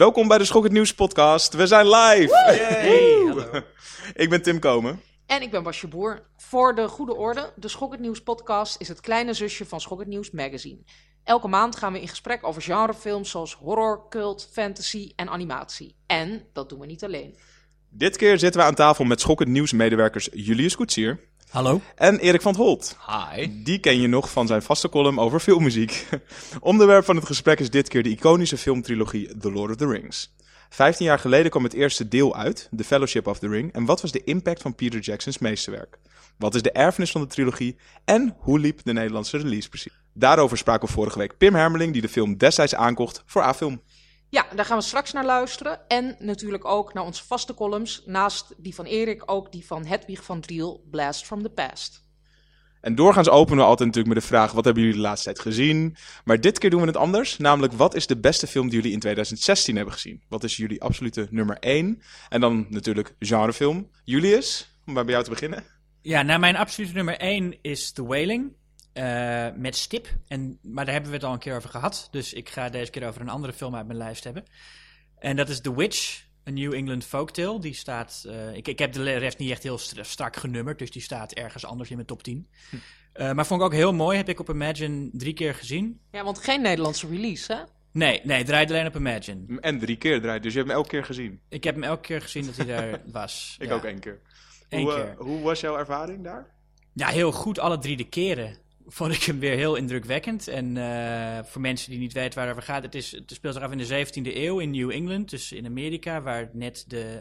Welkom bij de Schok het Nieuws podcast. We zijn live! Hey, hallo. Ik ben Tim Komen. En ik ben Basje Boer. Voor de goede orde, de Schok het Nieuws podcast is het kleine zusje van Schok het Nieuws magazine. Elke maand gaan we in gesprek over genrefilms zoals horror, cult, fantasy en animatie. En dat doen we niet alleen. Dit keer zitten we aan tafel met Schok het Nieuws medewerkers Julius Koetsier Hallo. en Erik van 't Holt. Hi. Die ken je nog van zijn vaste column over filmmuziek. Onderwerp van het gesprek is dit keer de iconische filmtrilogie The Lord of the Rings. 15 jaar geleden kwam het eerste deel uit, The Fellowship of the Ring. En wat was de impact van Peter Jackson's meesterwerk? Wat is de erfenis van de trilogie? En hoe liep de Nederlandse release precies? Daarover spraken we vorige week Pim Hermeling, die de film destijds aankocht voor A-film. Ja, daar gaan we straks naar luisteren. En natuurlijk ook naar onze vaste columns. Naast die van Erik, ook die van Hedwig van Driel, Blast from the Past. En doorgaans openen we altijd natuurlijk met de vraag, wat hebben jullie de laatste tijd gezien? Maar dit keer doen we het anders, namelijk wat is de beste film die jullie in 2016 hebben gezien? Wat is jullie absolute nummer 1? En dan natuurlijk genrefilm. Julius, om bij jou te beginnen. Ja, nou mijn absolute nummer 1 is The Wailing. Met stip. Maar daar hebben we het al een keer over gehad. Dus ik ga deze keer over een andere film uit mijn lijst hebben. En dat is The Witch, A New England Folktale. Die staat... Ik heb de rest niet echt heel strak genummerd. Dus die staat ergens anders in mijn top 10. Maar vond ik ook heel mooi. Heb ik op Imagine 3 keer gezien. Ja, want geen Nederlandse release, hè? Nee, draait alleen op Imagine. En 3 keer draait, dus je hebt hem elke keer gezien. Ik heb hem elke keer gezien dat hij daar was. Ik Ja. ook 1 keer. Eén keer. Hoe was jouw ervaring daar? Ja, heel goed. Alle 3 de keren vond ik hem weer heel indrukwekkend. En voor mensen die niet weten waar het over gaat, het speelt zich af in de 17e eeuw in New England, dus in Amerika, waar net de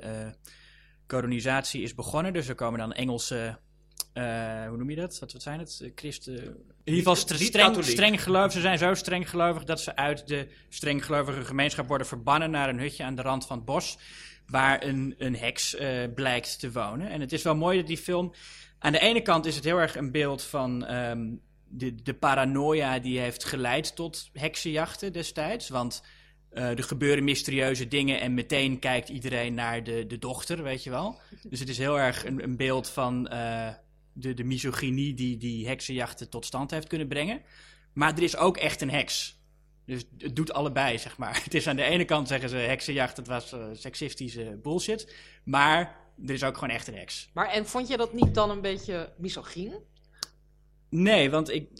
kolonisatie is begonnen. Dus er komen dan Engelse, hoe noem je dat? Wat zijn het? Christen. In ieder geval streng gelovig. Ze zijn zo streng gelovig dat ze uit de strenggelovige gemeenschap worden verbannen naar een hutje aan de rand van het bos, waar een heks blijkt te wonen. En het is wel mooi dat die film... Aan de ene kant is het heel erg een beeld van de paranoia die heeft geleid tot heksenjachten destijds. Want er gebeuren mysterieuze dingen en meteen kijkt iedereen naar de dochter, weet je wel. Dus het is heel erg een beeld van de misogynie die heksenjachten tot stand heeft kunnen brengen. Maar er is ook echt een heks. Dus het doet allebei, zeg maar. Het is aan de ene kant zeggen ze heksenjacht, het was seksistische bullshit. Maar er is ook gewoon echt een heks. Maar en vond je dat niet dan een beetje misogyn? Nee, want nee.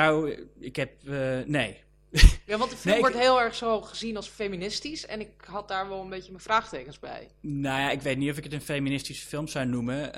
Ja, want de film wordt heel erg zo gezien als feministisch. En ik had daar wel een beetje mijn vraagtekens bij. Nou ja, ik weet niet of ik het een feministische film zou noemen.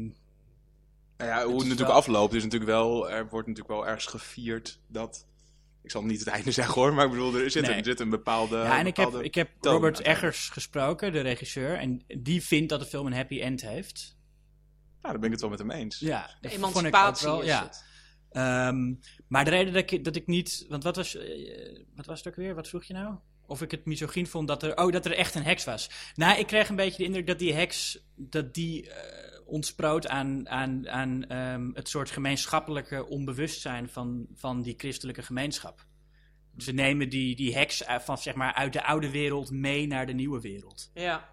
Nou ja, hoe het natuurlijk wel... afloopt is natuurlijk wel... Er wordt natuurlijk wel ergens gevierd dat... Ik zal niet het einde zeggen hoor, maar ik bedoel, er zit een bepaalde... Ja, en ik heb toon Robert Eggers gesproken, de regisseur. En die vindt dat de film een happy end heeft. Nou, daar ben ik het wel met hem eens. Ja, De dat emancipatie vond ik ook wel, is het. Maar de reden dat ik niet... Want wat was het ook weer? Wat vroeg je nou? Of ik het misogyn vond dat er echt een heks was. Nou, ik kreeg een beetje de indruk dat die heks... ontsproot aan het soort gemeenschappelijke onbewustzijn van die christelijke gemeenschap. Ze nemen die heks van, zeg maar, uit de oude wereld mee naar de nieuwe wereld. Ja.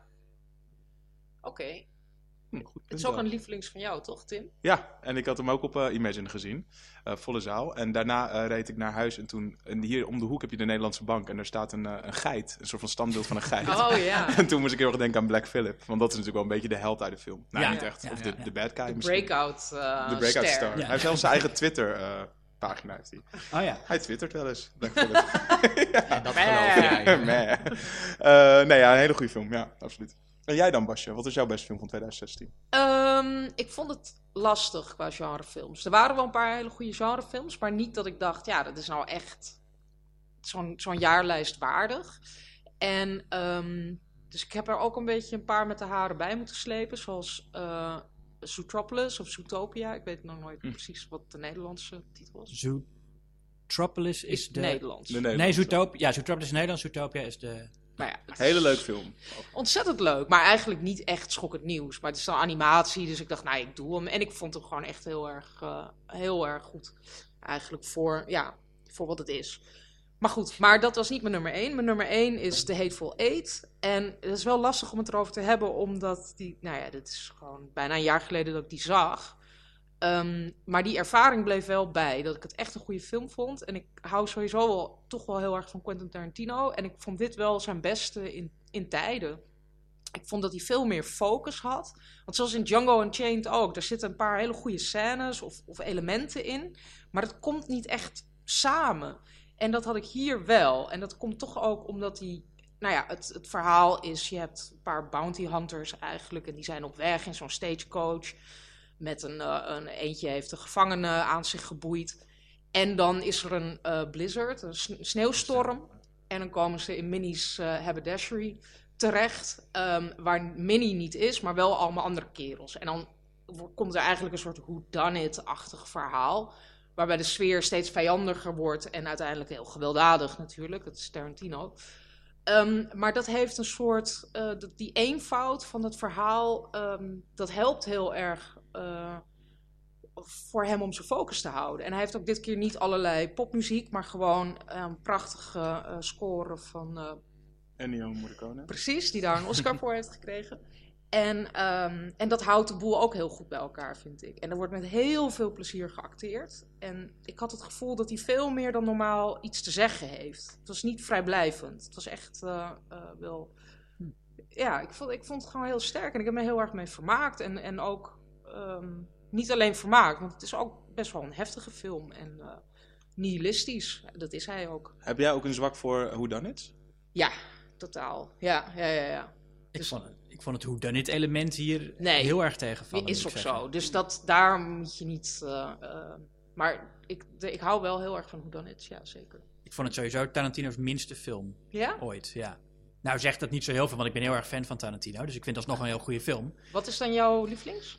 Oké. Goed, Het is ook een lievelings van jou, toch, Tim? Ja, en ik had hem ook op Imagine gezien. Volle zaal. En daarna reed ik naar huis en hier om de hoek heb je de Nederlandse Bank. En daar staat een geit, een soort van standbeeld van een geit. Oh ja. En toen moest ik heel erg denken aan Black Phillip. Want dat is natuurlijk wel een beetje de held uit de film. Nou, Ja. niet echt. Ja, Of ja, de bad guy De misschien. breakout De breakout ster. star. Ja. Hij heeft zelfs zijn eigen Twitter pagina. Heeft hij. Oh ja. Hij twittert wel eens. Black Phillip. Dat geloof jij. Nee, ja, een hele goede film. Ja, absoluut. En jij dan, Basje? Wat is jouw beste film van 2016? Ik vond het lastig qua genrefilms. Er waren wel een paar hele goede genrefilms, maar niet dat ik dacht, ja, dat is nou echt zo'n jaarlijst waardig. En dus ik heb er ook een beetje een paar met de haren bij moeten slepen, zoals Zootropolis of Zootopia. Ik weet nog nooit precies wat de Nederlandse titel is. Zootropolis is de... Nederlands. Nee, Zootopia. Zootropolis is Nederlands, Zootopia is de... Nou ja, het Hele is leuke film. ontzettend leuk, maar eigenlijk niet echt schokkend nieuws. Maar het is dan animatie, dus ik dacht, nou, ik doe hem. En ik vond hem gewoon echt heel erg goed. Eigenlijk voor wat het is. Maar goed, maar dat was niet mijn nummer 1. Mijn nummer 1 is The Hateful Eight. En het is wel lastig om het erover te hebben, omdat dit is gewoon bijna een jaar geleden dat ik die zag. Maar die ervaring bleef wel bij, dat ik het echt een goede film vond. En ik hou sowieso toch wel heel erg van Quentin Tarantino. En ik vond dit wel zijn beste in tijden. Ik vond dat hij veel meer focus had. Want zoals in Django Unchained ook. Er zitten een paar hele goede scènes of elementen in. Maar het komt niet echt samen. En dat had ik hier wel. En dat komt toch ook omdat hij... Nou ja, het verhaal is... Je hebt een paar bounty hunters eigenlijk. En die zijn op weg in zo'n stagecoach. Met een eentje heeft een gevangene aan zich geboeid. En dan is er een blizzard, een sneeuwstorm. En dan komen ze in Minnie's haberdashery terecht. Waar Minnie niet is, maar wel allemaal andere kerels. En dan komt er eigenlijk een soort whodunit-achtig verhaal. Waarbij de sfeer steeds vijandiger wordt. En uiteindelijk heel gewelddadig natuurlijk. Dat is Tarantino. Maar dat heeft een soort... die eenvoud van het verhaal... dat helpt heel erg... voor hem om zijn focus te houden. En hij heeft ook dit keer niet allerlei popmuziek... maar gewoon een prachtige score van... Ennio Morricone. Precies, die daar een Oscar voor heeft gekregen. En dat houdt de boel ook heel goed bij elkaar, vind ik. En er wordt met heel veel plezier geacteerd. En ik had het gevoel dat hij veel meer dan normaal iets te zeggen heeft. Het was niet vrijblijvend. Het was echt wel... Ja, ik vond het gewoon heel sterk. En ik heb me heel erg mee vermaakt. En ook niet alleen vermaakt, want het is ook best wel een heftige film. En nihilistisch, dat is hij ook. Heb jij ook een zwak voor whodunits? Ja, totaal. Ja. Ik vond het whodunit element hier Nee, heel erg tegenvallen. is moet ook ik zeggen. zo. Dus daar moet je niet... maar ik hou wel heel erg van whodunits, ja, zeker. Ik vond het sowieso Tarantino's minste film Ja? ooit, ja. Nou zegt dat niet zo heel veel, want ik ben heel erg fan van Tarantino. Dus ik vind dat nog een heel goede film. Wat is dan jouw lievelings?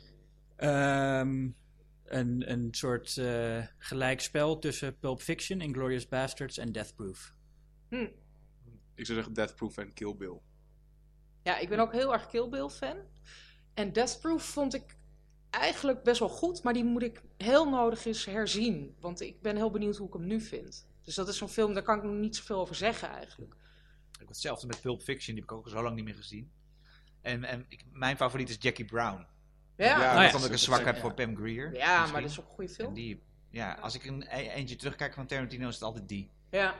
Een soort gelijk spel tussen Pulp Fiction, Inglourious Basterds en Death Proof. Ik zou zeggen Death Proof en Kill Bill. Ja, ik ben ook heel erg Kill Bill fan. En Death Proof vond ik eigenlijk best wel goed, maar die moet ik heel nodig eens herzien. Want ik ben heel benieuwd hoe ik hem nu vind. Dus dat is zo'n film, daar kan ik nog niet zoveel over zeggen eigenlijk. Ik heb hetzelfde met Pulp Fiction, die heb ik ook al zo lang niet meer gezien. En mijn favoriet is Jackie Brown. Ja, Ja, Omdat ik een zwak heb voor Pam Grier. ja misschien. maar dat is ook een goede En film. die, ja, als ik eentje terugkijk van Tarantino, is het altijd die. Ja.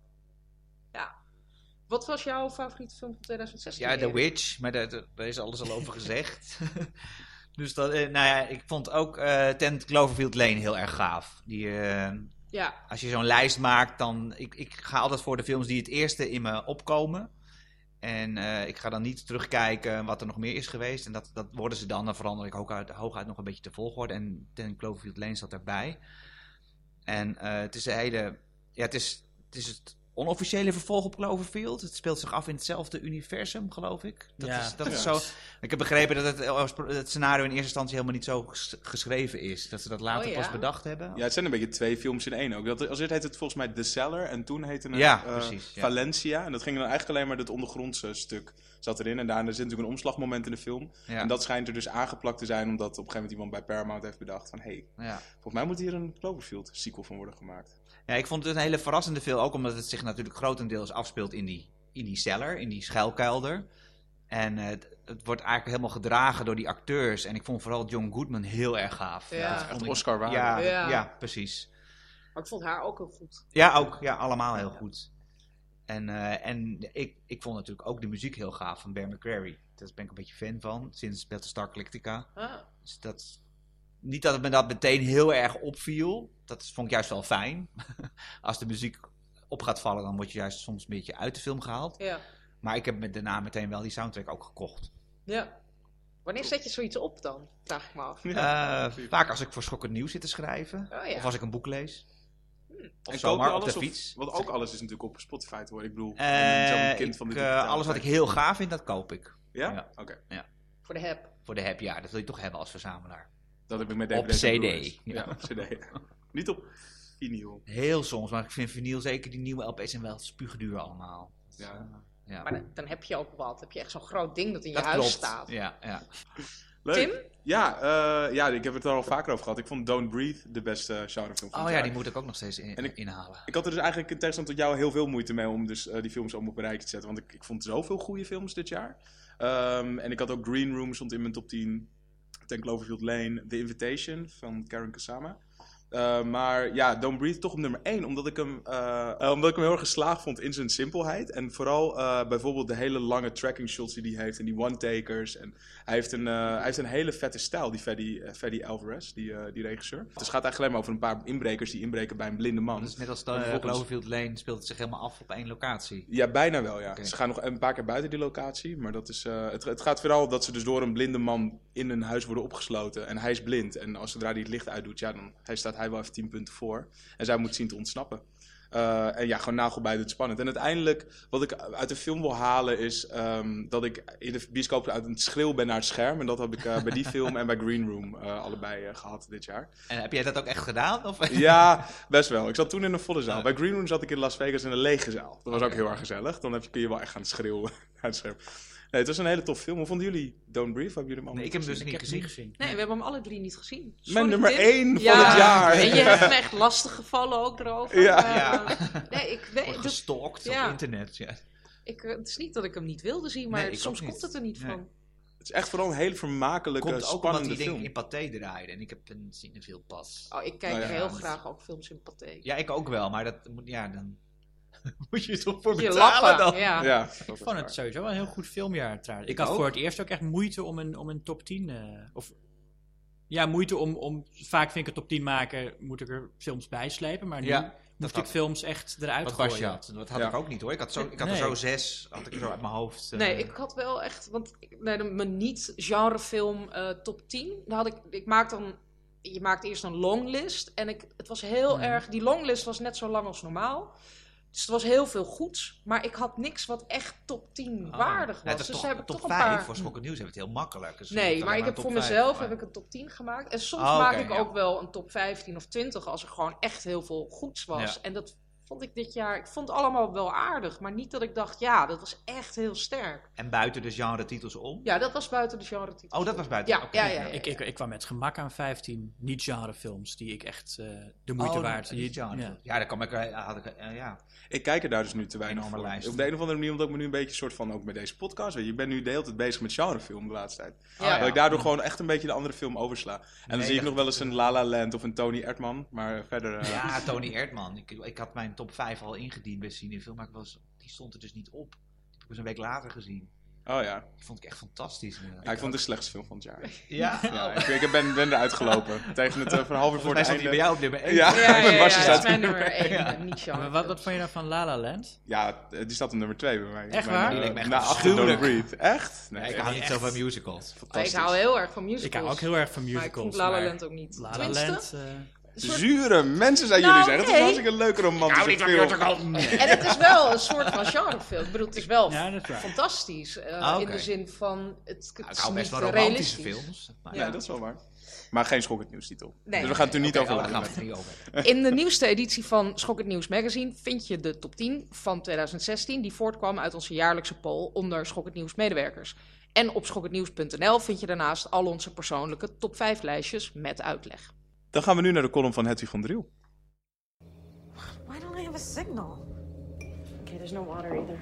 Wat was jouw favoriete film van 2016? Ja, The Witch, maar daar is alles al over gezegd. Dus dat, nou ja, ik vond ook 10 Cloverfield Lane heel erg gaaf. Die, Ja, als je zo'n lijst maakt, dan... Ik ga altijd voor de films die het eerste in me opkomen. En ik ga dan niet terugkijken wat er nog meer is geweest. En dat worden ze dan verander ik hooguit nog een beetje de volgorde. En 10 Cloverfield Lane zat daarbij. En het is een hele... Ja, het is het onofficiële vervolg op Cloverfield. Het speelt zich af in hetzelfde universum, geloof ik. Dat is zo. Ik heb begrepen dat het scenario in eerste instantie helemaal niet zo geschreven is. Dat ze dat later pas bedacht hebben. Ja, het zijn een beetje 2 films in 1 ook. Als dit heette het volgens mij The Cellar en toen heette het precies, ja. Valencia. En dat ging dan eigenlijk alleen maar het ondergrondse stuk zat erin. En daarna zit natuurlijk een omslagmoment in de film. Ja. En dat schijnt er dus aangeplakt te zijn omdat op een gegeven moment iemand bij Paramount heeft bedacht van volgens mij moet hier een Cloverfield sequel van worden gemaakt. Ja, ik vond het een hele verrassende film, ook omdat het zich natuurlijk grotendeels afspeelt in die cellar, in die schuilkelder. En het wordt eigenlijk helemaal gedragen door die acteurs. En ik vond vooral John Goodman heel erg gaaf. Ja. Dat vond ik- Oscar waardig. Ja, precies. maar ik vond haar ook heel goed. Ja, ook. Ja, allemaal heel goed. En ik vond natuurlijk ook de muziek heel gaaf van Bear McCreary. Daar ben ik een beetje fan van, sinds Battlestar Galactica. Dus niet dat het me dat meteen heel erg opviel. Dat vond ik juist wel fijn. Als de muziek op gaat vallen, dan word je juist soms een beetje uit de film gehaald. Ja. Maar ik heb daarna meteen wel die soundtrack ook gekocht. Ja. Wanneer zet je zoiets op dan? Vraag ik me af. Vaak als ik voor Schokkend Nieuws zit te schrijven. Oh, ja. Of als ik een boek lees. Of En koop je zomaar op alles de fiets. Want ook alles is natuurlijk op Spotify te horen. Ik bedoel, zo'n kind van de digitale alles wat ik tijd. heel gaaf vind, dat koop ik. Ja? Ja. Oké. Voor de heb. Voor de heb, ja. Dat wil je toch hebben als verzamelaar. Dat heb ik met Op DVD's en CD. Blu-rays. Ja. Ja, op CD. Niet op vinyl. Heel soms, maar ik vind vinyl zeker die nieuwe LP's en wel spuugduur allemaal. Ja. Ja. Maar dan heb je ook wat. Heb je echt zo'n groot ding dat in je Dat huis klopt. staat. Ja. Leuk. Tim? Ja, ik heb het er al vaker over gehad. Ik vond Don't Breathe de beste genrefilm van Oh het ja, jaar. die moet ik ook nog steeds En inhalen. Ik had er dus eigenlijk in tegenstelling tot jou heel veel moeite mee om dus die films allemaal op een rijtje te zetten. Want ik vond zoveel goede films dit jaar. En ik had ook Green Room stond in mijn top 10. 10 Cloverfield Lane, The Invitation van Karen Kusama. Maar ja, Don't Breathe toch op nummer 1. Omdat ik hem heel erg geslaagd vond in zijn simpelheid. En vooral bijvoorbeeld de hele lange tracking shots die hij heeft. En die one-takers. En hij heeft een hele vette stijl, die Fede Alvarez, die regisseur. Dus het gaat eigenlijk alleen maar over een paar inbrekers die inbreken bij een blinde man. Dus net als Cloverfield Lane speelt het zich helemaal af op één locatie. Ja, bijna wel, ja. Okay. Ze gaan nog een paar keer buiten die locatie. Maar dat is, het gaat vooral dat ze dus door een blinde man in een huis worden opgesloten. En hij is blind. En zodra hij het licht uitdoet, ja, dan staat hij wel even 10 punten voor. En zij moet zien te ontsnappen. En ja, gewoon nagelbijtend spannend. En uiteindelijk, wat ik uit de film wil halen, is dat ik in de bioscoop uit een schreeuw ben naar het scherm. En dat heb ik bij die film en bij Green Room allebei gehad dit jaar. En heb jij dat ook echt gedaan? Of? Ja, best wel. Ik zat toen in een volle zaal. Bij Green Room zat ik in Las Vegas in een lege zaal. Dat was ook heel erg gezellig. Dan kun je wel echt gaan schreeuwen naar het scherm. Nee, het was een hele tof film. Hoe vonden jullie Don't Breathe? Hebben jullie hem allemaal Nee, ik heb hem gezien? dus niet gezien. Nee, we hebben hem alle 3 niet gezien. Sorry, Mijn nummer Tim. 1 van het jaar. En je hebt me echt lastig gevallen ook erover. Ja. Nee, ik weet Wordt het. gestalkt Ja. op internet. Ja. Het is niet dat ik hem niet wilde zien, maar Nee, ik soms ook niet. komt het er niet Nee. van. Het is echt vooral een hele vermakelijke, Komt ook omdat spannende die dingen film. in Pathé draaiden. En ik heb een cinefil pas. Oh, ik kijk Nou ja, heel dus- graag ook films in Pathé. Ja, ik ook wel. Maar dat moet, ja, dan moet je toch voor Je betalen lappen, dan. ja. Ja, Ik vond het sowieso wel een heel goed filmjaar trouwens. Ik Ik had ook. voor het eerst ook echt moeite om een top 10... moeite om... Vaak vind ik een top 10 maken, moet ik er films bij slepen. Maar nu Ja, moest had- ik films echt eruit Wat gooien. was je had? Dat had Ja. ik ook niet hoor. Ik had er Nee. zo 6, had ik er zo uit mijn hoofd. Nee, ik had wel echt, want mijn niet-genrefilm top 10, daar had ik maak dan, je maakt eerst een longlist en het was heel erg, die longlist was net zo lang als normaal. Dus er was heel veel goeds, maar ik had niks wat echt top 10 waardig was. Ja, het is dus toch, daar heb ik top toch een 5 paar... voor Schokkend Nieuws hebben het heel makkelijk. Dus Nee, maar ik heb voor mezelf heb ik een top 10 gemaakt. En soms maak ik ook wel een top 15 of 20 als er gewoon echt heel veel goeds was. Ja. En dat vond ik dit jaar, ik vond het allemaal wel aardig, maar niet dat ik dacht, ja, dat was echt heel sterk. En buiten de genre-titels om? Ja, dat was buiten de genre-titels. Oh, dat was buiten. Ja, Oké. ja. Ik kwam met gemak aan 15 niet-genre films die ik echt de moeite Oh, waard... die genre. Ja. Ja, daar kwam ik, ja. Ik kijk er daar dus nu te weinig Enorme voor. lijst. Op de een of andere manier, omdat ik me nu een beetje soort van, ook met deze podcast, weet je, ik ben nu de hele tijd bezig met genrefilm de laatste tijd. Ja. Dat ik daardoor gewoon echt een beetje de andere film oversla. En dan Nee, zie ik dat- nog wel eens een La La Land of een Tony Erdmann, maar verder... Ja, Tony Erdmann. Ik had mijn top 5 al ingediend bij Cinefilm, maar die stond er dus niet op. Die heb ik dus een week later gezien. Oh ja. Die vond ik echt fantastisch. Ja, ik vond het de slechtste film van het jaar. Ja? Ja, ik ben eruit gelopen. Tegen het voor een half uur voor Volgens mij het stond die bij einde. jou op nummer 1. Ja, Ja, Basje dat staat is mijn op nummer 1, Ja. niet genre. Maar wat vond je nou van La La Land? Ja, die staat op nummer 2 bij mij. Echt Mijn, waar? Die leek me echt na achter Don't afschuwelijk. Breathe. Echt? Nee, Ik hou niet zo van musicals. Ik fantastisch. hou heel erg van musicals. Ik hou ook heel erg van Maar ik musicals. vond La La maar Land ook niet. La La Tenminste, Land... een soort- Zure mensen zijn Nou, jullie zeggen. Het is nee. een hartstikke leuke romantische film. En het is wel een soort van genrefilm. Ik bedoel, het is wel Ja, dat is waar. fantastisch. Oké. In de zin van, het Nou, ik is hou best niet wel romantische realistisch. films. Maar Ja. Nee, dat is wel waar. Maar geen schokkend nieuwstitel. Nee. Dus we gaan het er niet Oké, over daar gaan we hebben. het niet over. In de nieuwste editie van Schokkend Nieuws Magazine vind je de top 10 van 2016... die voortkwam uit onze jaarlijkse poll onder Schokkend Nieuws medewerkers. En op schokkendnieuws.nl vind je daarnaast al onze persoonlijke top 5 lijstjes met uitleg. Dan gaan we nu naar de column van Hedwig van Driel. Why don't I have a signal? Okay, there's no water either.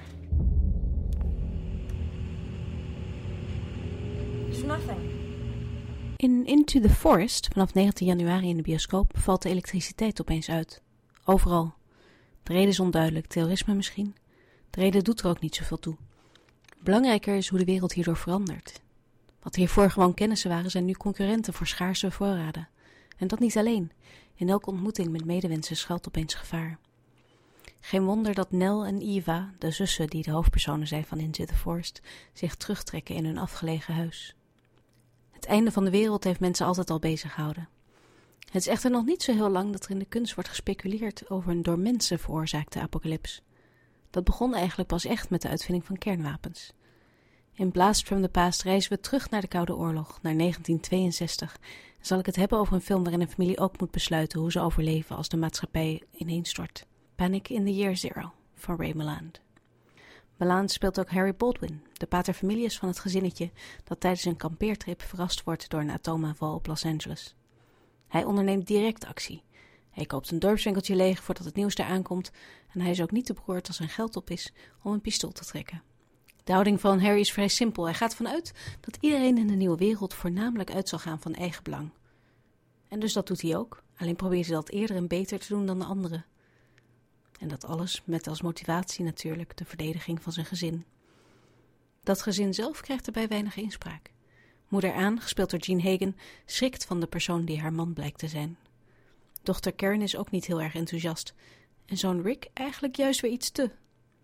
There's nothing. In Into the Forest, vanaf 19 januari in de bioscoop, valt de elektriciteit opeens uit. Overal. De reden is onduidelijk, terrorisme misschien. De reden doet er ook niet zoveel toe. Belangrijker is hoe de wereld hierdoor verandert. Wat hiervoor gewoon kennissen waren, zijn nu concurrenten voor schaarse voorraden. En dat niet alleen. In elke ontmoeting met medewensen schuilt opeens gevaar. Geen wonder dat Nell en Eva, de zussen die de hoofdpersonen zijn van Into the Forest, zich terugtrekken in hun afgelegen huis. Het einde van de wereld heeft mensen altijd al bezig gehouden. Het is echter nog niet zo heel lang dat er in de kunst wordt gespeculeerd over een door mensen veroorzaakte apocalyps. Dat begon eigenlijk pas echt met de uitvinding van kernwapens. In Blast from the Past reizen we terug naar de Koude Oorlog, naar 1962. En zal ik het hebben over een film waarin een familie ook moet besluiten hoe ze overleven als de maatschappij ineenstort. Panic in the Year Zero van Ray Milland. Milland speelt ook Harry Baldwin, de paterfamilias van het gezinnetje dat tijdens een kampeertrip verrast wordt door een atoomaanval op Los Angeles. Hij onderneemt direct actie. Hij koopt een dorpswinkeltje leeg voordat het nieuws daar aankomt en hij is ook niet te beroerd als zijn geld op is om een pistool te trekken. De houding van Harry is vrij simpel. Hij gaat ervan uit dat iedereen in de nieuwe wereld voornamelijk uit zal gaan van eigen belang. En dus dat doet hij ook. Alleen probeert ze dat eerder en beter te doen dan de anderen. En dat alles met als motivatie natuurlijk de verdediging van zijn gezin. Dat gezin zelf krijgt erbij weinig inspraak. Moeder Anne, gespeeld door Jean Hagen, schrikt van de persoon die haar man blijkt te zijn. Dochter Karen is ook niet heel erg enthousiast. En zoon Rick eigenlijk juist weer iets te.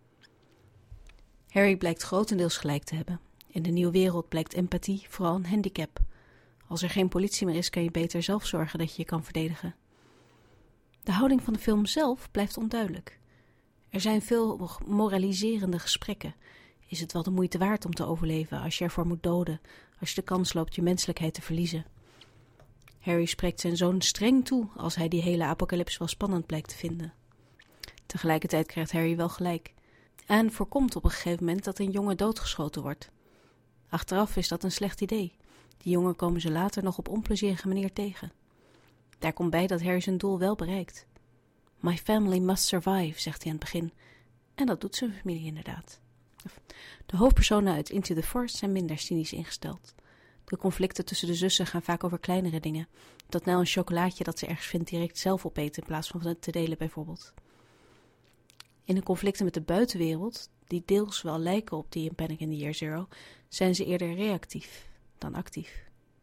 Harry blijkt grotendeels gelijk te hebben. In de nieuwe wereld blijkt empathie vooral een handicap. Als er geen politie meer is, kan je beter zelf zorgen dat je je kan verdedigen. De houding van de film zelf blijft onduidelijk. Er zijn veel moraliserende gesprekken. Is het wel de moeite waard om te overleven als je ervoor moet doden, als je de kans loopt je menselijkheid te verliezen? Harry spreekt zijn zoon streng toe als hij die hele apocalypse wel spannend blijkt te vinden. Tegelijkertijd krijgt Harry wel gelijk. Anne voorkomt op een gegeven moment dat een jongen doodgeschoten wordt. Achteraf is dat een slecht idee. Die jongen komen ze later nog op onplezierige manier tegen. Daar komt bij dat Harry zijn doel wel bereikt. My family must survive, zegt hij aan het begin. En dat doet zijn familie inderdaad. De hoofdpersonen uit Into the Forest zijn minder cynisch ingesteld. De conflicten tussen de zussen gaan vaak over kleinere dingen. Dat nou een chocolaatje dat ze ergens vindt direct zelf opeten in plaats van het te delen bijvoorbeeld. In de conflicten met de buitenwereld, die deels wel lijken op die in Panic in the Year Zero, zijn ze eerder reactief dan actief.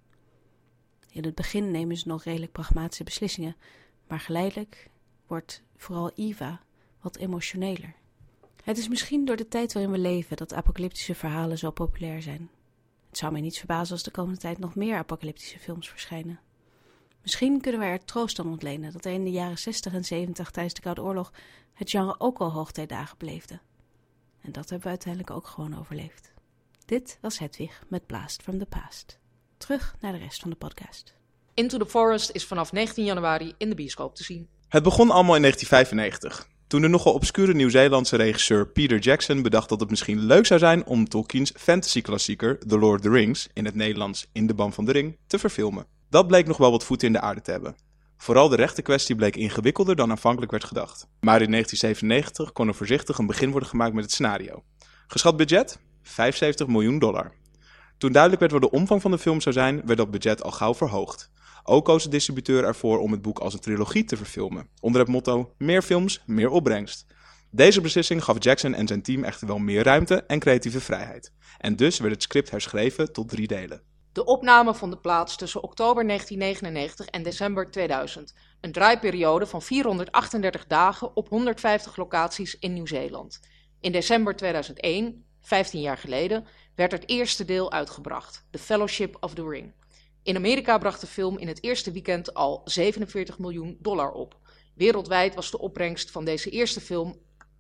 In het begin nemen ze nog redelijk pragmatische beslissingen, maar geleidelijk wordt vooral Eva wat emotioneler. Het is misschien door de tijd waarin we leven dat apocalyptische verhalen zo populair zijn. Het zou mij niet verbazen als de komende tijd nog meer apocalyptische films verschijnen. Misschien kunnen we er troost aan ontlenen dat er in de jaren 60 en 70 tijdens de Koude Oorlog het genre ook al hoogtijdagen beleefde. En dat hebben we uiteindelijk ook gewoon overleefd. Dit was Hedwig met Blast from the Past. Terug naar de rest van de podcast. Into the Forest is vanaf 19 januari in de bioscoop te zien. Het begon allemaal in 1995. Toen de nogal obscure Nieuw-Zeelandse regisseur Peter Jackson bedacht dat het misschien leuk zou zijn om Tolkien's fantasy-klassieker The Lord of the Rings, in het Nederlands In de Ban van de Ring, te verfilmen. Dat bleek nog wel wat voeten in de aarde te hebben. Vooral de rechtenkwestie bleek ingewikkelder dan aanvankelijk werd gedacht. Maar in 1997 kon er voorzichtig een begin worden gemaakt met het scenario. Geschat budget? $75 miljoen. Toen duidelijk werd wat de omvang van de film zou zijn, werd dat budget al gauw verhoogd. Ook koos de distributeur ervoor om het boek als een trilogie te verfilmen, onder het motto meer films, meer opbrengst. Deze beslissing gaf Jackson en zijn team echter wel meer ruimte en creatieve vrijheid. En dus werd het script herschreven tot 3 delen. De opname vond plaats tussen oktober 1999 en december 2000. Een draaiperiode van 438 dagen op 150 locaties in Nieuw-Zeeland. In december 2001, 15 jaar geleden, werd het eerste deel uitgebracht, The Fellowship of the Ring. In Amerika bracht de film in het eerste weekend al $47 miljoen op. Wereldwijd was de opbrengst van deze eerste film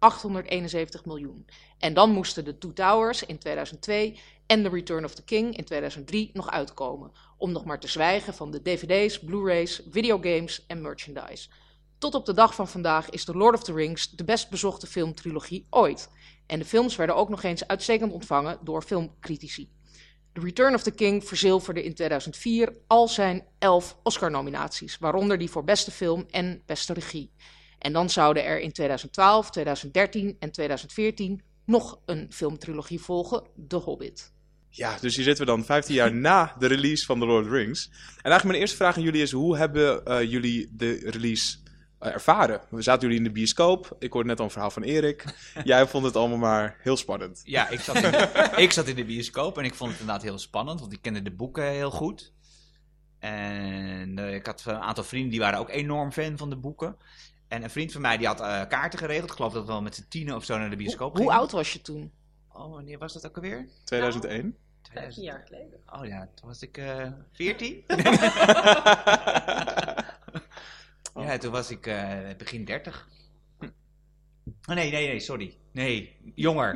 $871 miljoen. En dan moesten The Two Towers in 2002 en The Return of the King in 2003 nog uitkomen. Om nog maar te zwijgen van de dvd's, blu-rays, videogames en merchandise. Tot op de dag van vandaag is The Lord of the Rings de best bezochte filmtrilogie ooit. En de films werden ook nog eens uitstekend ontvangen door filmcritici. The Return of the King verzilverde in 2004 al zijn 11 Oscar-nominaties, waaronder die voor beste film en beste regie. En dan zouden er in 2012, 2013 en 2014 nog een filmtrilogie volgen, The Hobbit. Ja, dus hier zitten we dan 15 jaar na de release van The Lord of the Rings. En eigenlijk mijn eerste vraag aan jullie is, hoe hebben jullie de release ervaren? We zaten jullie in de bioscoop. Ik hoorde net al een verhaal van Erik. Jij vond het allemaal maar heel spannend. Ja, ik zat in de bioscoop en ik vond het inderdaad heel spannend, want ik kende de boeken heel goed. En ik had een aantal vrienden die waren ook enorm fan van de boeken. En een vriend van mij die had kaarten geregeld. Ik geloof dat we wel met z'n 10 of zo naar de bioscoop gingen. Hoe oud was je toen? Oh, wanneer was dat ook alweer? 2001? 15 jaar geleden. Oh ja, toen was ik 14. Ja, toen was ik begin 30. Oh, nee, sorry. Nee, jonger.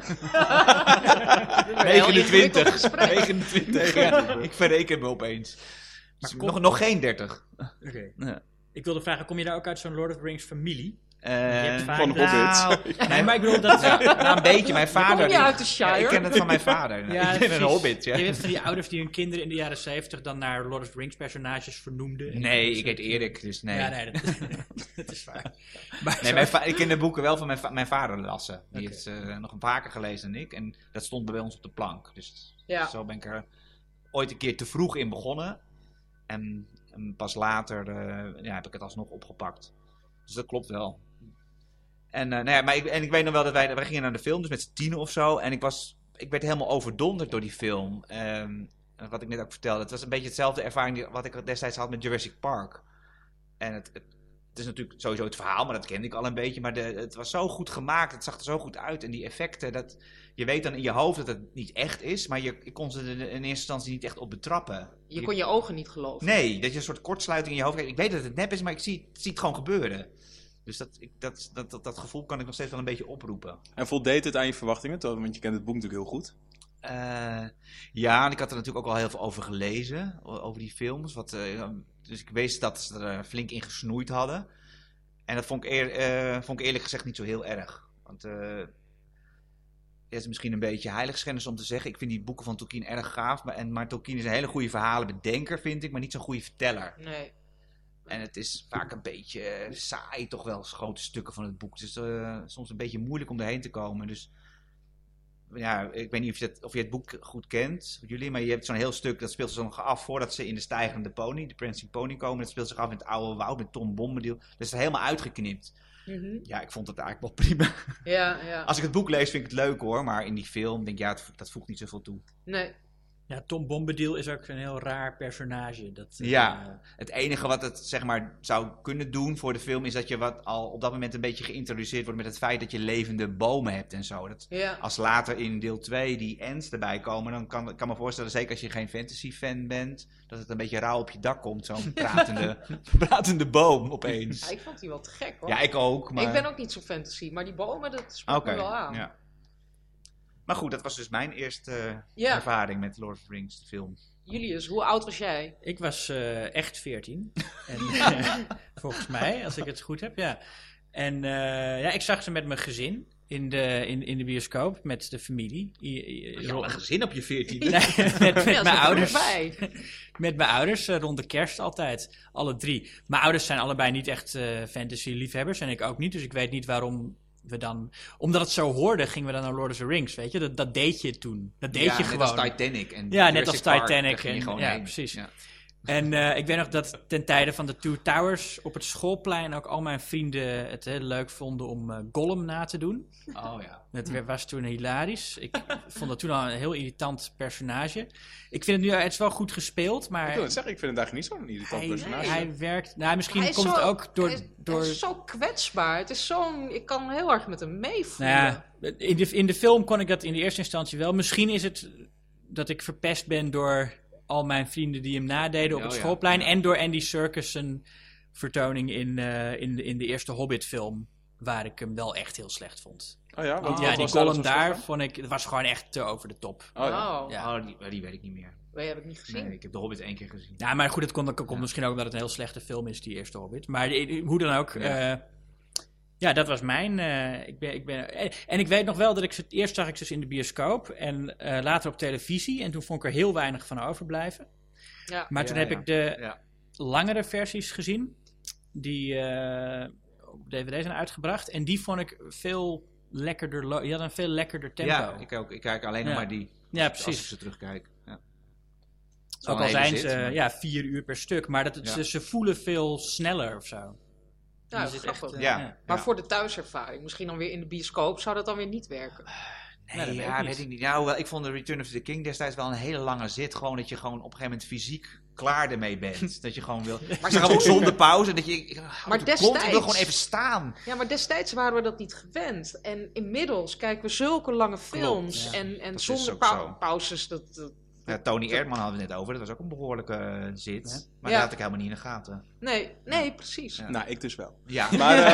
29. 29, ja. Ik verreken me opeens. Dus nog geen 30. Oké. Ja. Ik wilde vragen, kom je daar ook uit zo'n Lord of the Rings familie? Van Hobbit. Nee, maar ik bedoel dat... Ja, een beetje. Mijn vader... Kom je uit de Shire? Ik ken het van mijn vader. Ja, ik ben een precies. hobbit, ja. Je bent van die ouders die hun kinderen in de jaren 70 dan naar Lord of the Rings personages vernoemden. Nee, ik heet Erik, dus nee. Ja, nee, dat is waar. Maar Nee, ik ken de boeken wel van mijn vader lassen. Die heeft nog een vaker gelezen dan ik. En dat stond bij ons op de plank. Dus Ja. zo ben ik er ooit een keer te vroeg in begonnen. En En pas later heb ik het alsnog opgepakt. Dus dat klopt wel. En, ik weet nog wel dat wij gingen naar de film, dus met z'n 10 of zo. En ik werd helemaal overdonderd door die film. Wat ik net ook vertelde. Het was een beetje hetzelfde ervaring wat ik destijds had met Jurassic Park. En het is natuurlijk sowieso het verhaal, maar dat kende ik al een beetje. Maar het was zo goed gemaakt, het zag er zo goed uit. En die effecten, je weet dan in je hoofd dat het niet echt is. Maar ik kon ze er in eerste instantie niet echt op betrappen. Je kon je ogen niet geloven. Nee, dat je een soort kortsluiting in je hoofd krijgt. Ik weet dat het nep is, maar ik zie het gewoon gebeuren. Dus dat gevoel kan ik nog steeds wel een beetje oproepen. En voldeed het aan je verwachtingen? Want je kent het boek natuurlijk heel goed. Ja, en ik had er natuurlijk ook al heel veel over gelezen. Over die films. Dus ik wist dat ze er flink in gesnoeid hadden. En dat vond ik eerlijk gezegd niet zo heel erg. Want het is misschien een beetje heiligschennis om te zeggen. Ik vind die boeken van Tolkien erg gaaf. Maar Tolkien is een hele goede verhalenbedenker, vind ik. Maar niet zo'n goede verteller. Nee. En het is vaak een beetje saai, toch wel, grote stukken van het boek. Het is soms een beetje moeilijk om erheen te komen. Dus ja, ik weet niet of je het boek goed kent, jullie. Maar je hebt zo'n heel stuk, dat speelt zich nog af voordat ze in de stijgende pony, de Prancing Pony komen. Dat speelt zich af in het oude woud met Tom Bombadil. Dat is er helemaal uitgeknipt. Mm-hmm. Ja, ik vond het eigenlijk wel prima. Ja. Als ik het boek lees, vind ik het leuk hoor. Maar in die film denk ik, dat voegt niet zoveel toe. Nee. Ja, Tom Bombadil is ook een heel raar personage. Het enige wat het zeg maar zou kunnen doen voor de film is dat je wat al op dat moment een beetje geïntroduceerd wordt met het feit dat je levende bomen hebt en zo. Als later in deel 2 die ents erbij komen, dan kan me voorstellen, zeker als je geen fantasy fan bent, dat het een beetje rauw op je dak komt, zo'n pratende boom opeens. Ja, ik vond die wel te gek hoor. Ja, ik ook. Maar... Ik ben ook niet zo fantasy, maar die bomen, dat sprak me wel aan. Ja. Maar goed, dat was dus mijn eerste ervaring met Lord of the Rings, de film. Julius, hoe oud was jij? Ik was echt 14. En, volgens mij, als ik het goed heb, ja. En ik zag ze met mijn gezin in de bioscoop, met de familie. Je had een gezin op je 14? Nee, met mijn ouders. Met mijn ouders, rond de kerst altijd. Alle 3. Mijn ouders zijn allebei niet echt fantasy-liefhebbers en ik ook niet. Dus ik weet niet waarom... Omdat het zo hoorde, gingen we dan naar Lord of the Rings, weet je? Dat deed je toen. Dat deed je gewoon. Net als Titanic. En net als Titanic. Ja, precies. Ja. En ik weet nog dat ten tijde van de Two Towers op het schoolplein ook al mijn vrienden het heel leuk vonden om Gollum na te doen. Oh ja. Dat was toen hilarisch. Ik vond dat toen al een heel irritant personage. Ik vind het nu, het is wel goed gespeeld, maar... Ik wil het zeggen, ik vind het eigenlijk niet zo'n irritant personage. Hij werkt... Nou, misschien komt het ook door... Hij is zo kwetsbaar. Het is ik kan heel erg met hem meevoelen. Nou ja, in de film kon ik dat in de eerste instantie wel. Misschien is het dat ik verpest ben door al mijn vrienden die hem nadeden op het schoolplein. Ja. En door Andy Serkis zijn vertoning in de eerste Hobbit-film. Waar ik hem wel echt heel slecht vond. Oh ja? Die Gollum daar vond ik... Het was gewoon echt te over de top. Oh, ja. Ja. Die weet ik niet meer. Die heb ik niet gezien. Nee, ik heb de Hobbit 1 keer gezien. Ja, maar goed, het komt misschien ook omdat het een heel slechte film is, die eerste Hobbit. Maar hoe dan ook... dat was mijn... En ik weet nog wel dat eerst zag ik ze in de bioscoop en later op televisie. En toen vond ik er heel weinig van overblijven. Ja. Maar toen heb ik de langere versies gezien, die op DVD zijn uitgebracht. En die vond ik veel lekkerder... Die had een veel lekkerder tempo. Ja, ik ook. Ik kijk alleen nog maar die. Ja, precies. Als ik ze terugkijk. Ja. Ook al zijn ze 4 uur per stuk. Maar ze voelen veel sneller of zo. Ja, grappig. Maar voor de thuiservaring, misschien dan weer in de bioscoop, zou dat dan weer niet werken? Weet ik niet. Nou, ik vond de Return of the King destijds wel een hele lange zit. Gewoon dat je gewoon op een gegeven moment fysiek klaar ermee bent. Dat je gewoon wil... Maar ze gaan ook zonder pauze. Dat je... ik wil gewoon even staan. Ja, maar destijds waren we dat niet gewend. En inmiddels kijken we zulke lange films. Klopt, en zonder pauzes. Tony Erdmann hadden we het net over. Dat was ook een behoorlijke zit. Ja. Maar dat had ik helemaal niet in de gaten. Nee, precies. Ja. Nou, ik dus wel. Ja.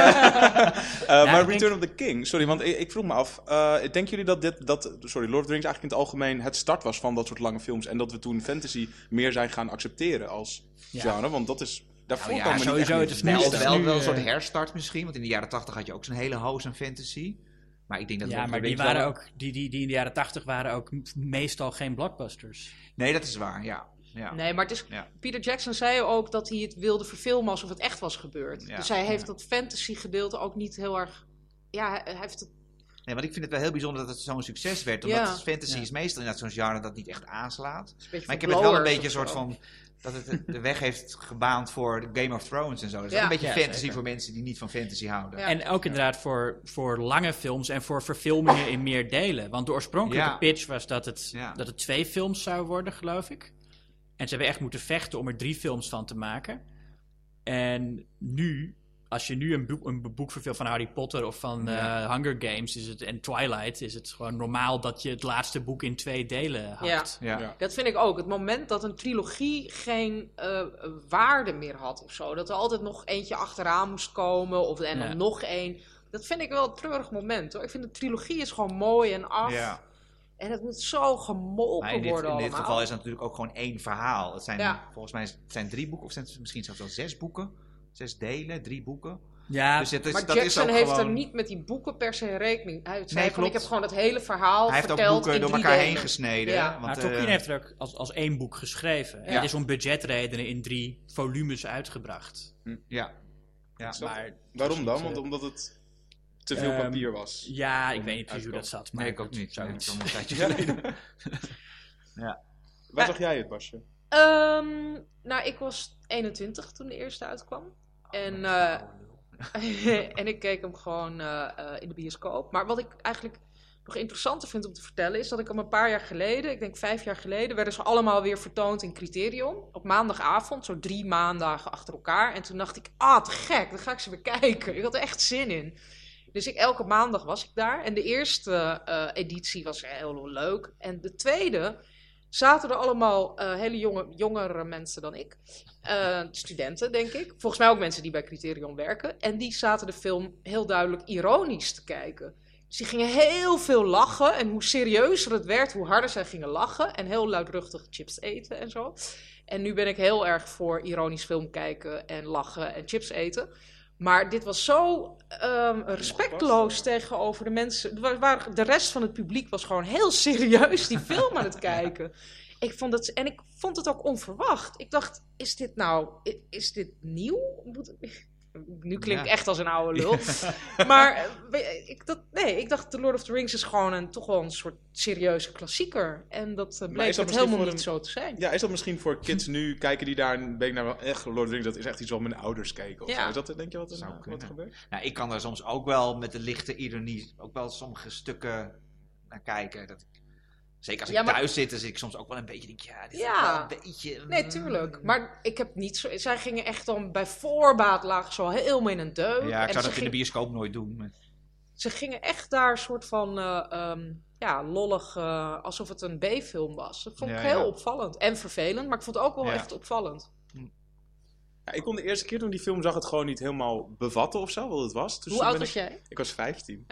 Maar Return of the King, sorry, want ik vroeg me af. Denken jullie dat Lord of the Rings eigenlijk in het algemeen het start was van dat soort lange films en dat we toen fantasy meer zijn gaan accepteren als genre? Want dat is... Daarvoor kwam sowieso. Het is wel een soort herstart misschien. Want in de jaren 80 had je ook zo'n hele hoos aan fantasy. Maar ik denk dat maar die waren ook, die in de jaren 80 waren ook meestal geen blockbusters. Nee, dat is waar, ja. Nee, maar het is, Peter Jackson zei ook dat hij het wilde verfilmen alsof het echt was gebeurd. Ja. Dus hij heeft dat fantasy gedeelte ook niet heel erg... Ja, hij heeft het Nee, want ik vind het wel heel bijzonder dat het zo'n succes werd. Omdat fantasy is meestal inderdaad zo'n genre dat niet echt aanslaat. Maar ik heb het wel een beetje een soort van... dat het de weg heeft gebaand voor Game of Thrones en zo. Dat is ook een beetje fantasy zeker. voor mensen die niet van fantasy houden. Ja. En ook inderdaad voor lange films en voor verfilmingen in meer delen. Want de oorspronkelijke pitch was dat het 2 films zou worden, geloof ik. En ze hebben echt moeten vechten om er 3 films van te maken. En nu, als je nu een boek verfilmt van Harry Potter of van Hunger Games en Twilight, is het gewoon normaal dat je het laatste boek in 2 delen hakt. Ja. Dat vind ik ook. Het moment dat een trilogie geen waarde meer had of zo. Dat er altijd nog eentje achteraan moest komen en dan nog één. Dat vind ik wel een treurig moment, hoor. Ik vind de trilogie is gewoon mooi en af. Ja. En het moet zo gemolken worden in dit geval is het natuurlijk ook gewoon 1 verhaal. Het zijn volgens mij 3 boeken, of zijn het misschien zelfs wel 6 boeken. 6 delen, 3 boeken. Ja, dus maar Jackson heeft er niet met die boeken per se rekening. Hij zei van, ik heb gewoon het hele verhaal verteld in 3 delen. Hij heeft ook boeken door elkaar heen gesneden. Ja. Want, Tolkien heeft er ook als 1 boek geschreven. Het is om budgetredenen in 3 volumes uitgebracht. Ja. Maar waarom dan? Want omdat het te veel papier was. Ja, ik weet niet precies hoe dat zat. Maar nee, ik ook niet. Zo Een tijdje geleden. Waar zag jij het, Basje? Nou, ik was 21 toen de eerste uitkwam. En ik keek hem gewoon in de bioscoop. Maar wat ik eigenlijk nog interessanter vind om te vertellen is dat ik hem een paar jaar geleden, ik denk 5 jaar geleden, werden ze allemaal weer vertoond in Criterion. Op maandagavond, zo 3 maandagen achter elkaar. En toen dacht ik, te gek, dan ga ik ze weer kijken. Ik had er echt zin in. Dus elke maandag was ik daar. En de eerste editie was heel leuk. En de tweede zaten er allemaal hele jongere mensen dan ik. Studenten, denk ik. Volgens mij ook mensen die bij Criterion werken. En die zaten de film heel duidelijk ironisch te kijken. Dus die gingen heel veel lachen. En hoe serieuzer het werd, hoe harder zij gingen lachen. En heel luidruchtig chips eten en zo. En nu ben ik heel erg voor ironisch film kijken en lachen en chips eten. Maar dit was zo respectloos tegenover de mensen. De rest van het publiek was gewoon heel serieus die film aan het kijken. Ik vond het ook onverwacht. Ik dacht, is dit nieuw? Nu klinkt ik echt als een oude lul. Maar ik dacht, The Lord of the Rings is gewoon toch wel een soort serieuze klassieker. En dat bleek het helemaal niet zo te zijn. Ja, is dat misschien voor kids nu, kijken die daar een week naar wel echt Lord of the Rings, dat is echt iets wat mijn ouders keken of zo. Is dat, denk je, wat er gebeurt? Nou, ik kan er soms ook wel met de lichte ironie ook wel sommige stukken naar kijken. Zeker als ik thuis zit, dan zit ik soms ook wel een beetje, dit is wel een beetje... Nee, tuurlijk. Maar ik heb niet zo... Zij gingen echt dan bij voorbaat lagen zo helemaal in een deuk. Ja, ik zou dat in de bioscoop nooit doen. Maar... Ze gingen echt daar soort van lollig, alsof het een B-film was. Dat vond ik heel opvallend. En vervelend, maar ik vond het ook wel echt opvallend. Ja, ik kon de eerste keer toen die film zag het gewoon niet helemaal bevatten of zo, wat het was. Dus hoe oud was jij? Ik was 15.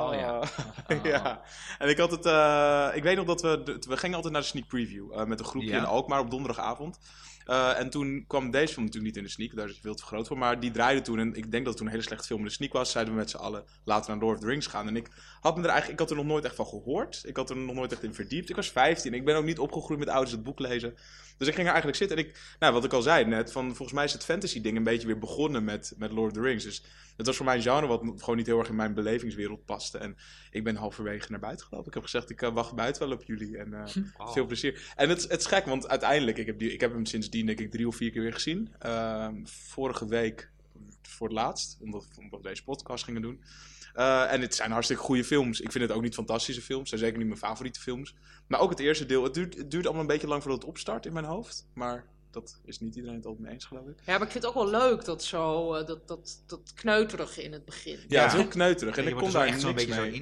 Ja. En ik had het... ik weet nog dat we gingen altijd naar de sneak preview met een groepje in Alkmaar op donderdagavond. En toen kwam deze film natuurlijk niet in de sneak, daar is het veel te groot voor. Maar die draaide toen en ik denk dat het toen een hele slechte film in de sneak was. Zeiden we met z'n allen, laten we naar Lord of the Rings gaan. En ik had er nog nooit echt van gehoord. Ik had er nog nooit echt in verdiept. Ik was 15. Ik ben ook niet opgegroeid met ouders het boek lezen. Dus ik ging er eigenlijk zitten en wat ik al zei net, volgens mij is het fantasy ding een beetje weer begonnen met Lord of the Rings. Dus het was voor mij een genre wat gewoon niet heel erg in mijn belevingswereld paste. En ik ben halverwege naar buiten gelopen. Ik heb gezegd, ik wacht buiten wel op jullie. En veel plezier. En het is gek, want uiteindelijk, ik heb hem sindsdien denk ik 3 of 4 keer weer gezien. Vorige week voor het laatst, omdat we deze podcast gingen doen. En het zijn hartstikke goede films. Ik vind het ook niet fantastische films. Het zijn zeker niet mijn favoriete films. Maar ook het eerste deel. Het duurt allemaal een beetje lang voordat het opstart in mijn hoofd. Maar dat is niet iedereen het altijd mee eens, geloof ik. Ja, maar ik vind het ook wel leuk dat dat kneuterige in het begin. Ja, het is heel kneuterig. En ik kon daar echt zo'n beetje mee.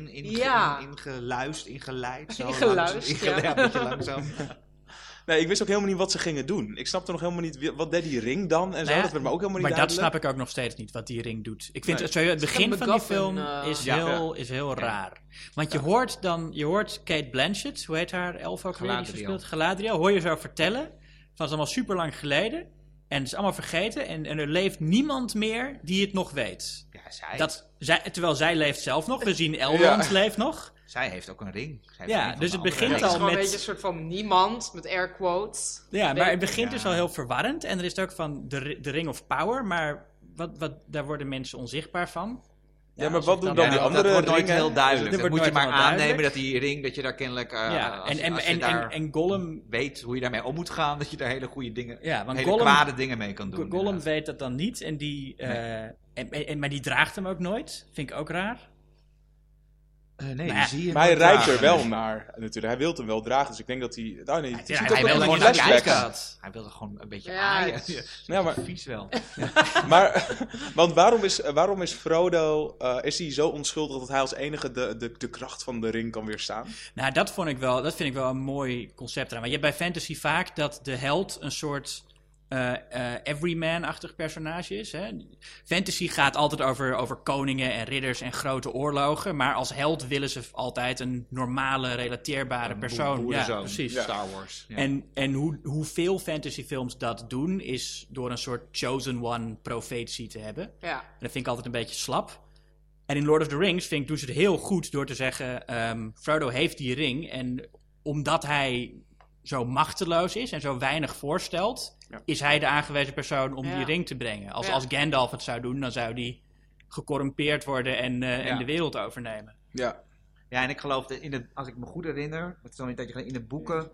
ingeleid. Ingeluisterd, beetje langzaam. Nee, ik wist ook helemaal niet wat ze gingen doen. Ik snapte nog helemaal niet, wat deed die ring dan? En zo, dat werd me ook helemaal niet maar duidelijk. dat snap ik ook nog steeds niet, wat die ring doet. Ik vind het begin van die film is heel raar. Want je hoort Cate Blanchett, hoe heet haar elf ook weer, die ze speelt? Galadriel, hoor je zo vertellen. Van het is allemaal super lang geleden. En het is allemaal vergeten. En er leeft niemand meer die het nog weet. Ja, terwijl zij leeft zelf nog. We zien Elrond leeft nog. Zij heeft ook een ring. Dus het begint al met... Het is gewoon een beetje een soort van niemand, met air quotes. Ja, maar het begint dus al heel verwarrend. En er is ook van de Ring of Power. Maar daar worden mensen onzichtbaar van. Ja, maar als wat ik doen dan- dan die Ja, andere dat wordt nooit ringen? heel duidelijk. Dat Dan wordt moet je nooit maar heel aannemen duidelijk. dat die ring, dat je daar kennelijk... Ja, als je daar en Gollum... weet hoe je daarmee om moet gaan, dat je daar hele goede dingen, Ja, want hele Gollum, kwade dingen mee kan doen. Gollum inderdaad. weet dat dan niet. En maar die draagt hem ook nooit. Vind ik ook raar. Nee, Maar die ja, zie je Maar hij nooit rijdt er dragen. wel naar, natuurlijk. Hij wil hem wel dragen, dus ik denk dat hij... Oh nee, je ziet hij ook wil in er die gewoon naar flashbacks. kijken. Hij wilde gewoon een beetje Ja, aaien. het Ja, Ja, maar- vies wel. Maar, want waarom is Frodo... is hij zo onschuldig dat hij als enige de kracht van de ring kan weerstaan? Nou, dat vind ik wel een mooi concept eraan. Want je hebt bij fantasy vaak dat de held een soort everyman-achtig personage is. Hè? Fantasy gaat altijd over koningen en ridders en grote oorlogen. Maar als held willen ze altijd een normale, relateerbare persoon. Ja, Boerenzoon. precies. Ja. Star Wars. Ja. En hoeveel fantasyfilms dat doen, is door een soort chosen one profetie te hebben. Ja. En dat vind ik altijd een beetje slap. En in Lord of the Rings doen ze het heel goed door te zeggen... Frodo heeft die ring en omdat hij zo machteloos is en zo weinig voorstelt... Ja. is hij de aangewezen persoon om Ja. die ring te brengen. Als Ja. Gandalf het zou doen, dan zou die gecorrumpeerd worden en de wereld overnemen. Ja. Ja, en ik geloof, dat als ik me goed herinner, het is nog niet dat je in de boeken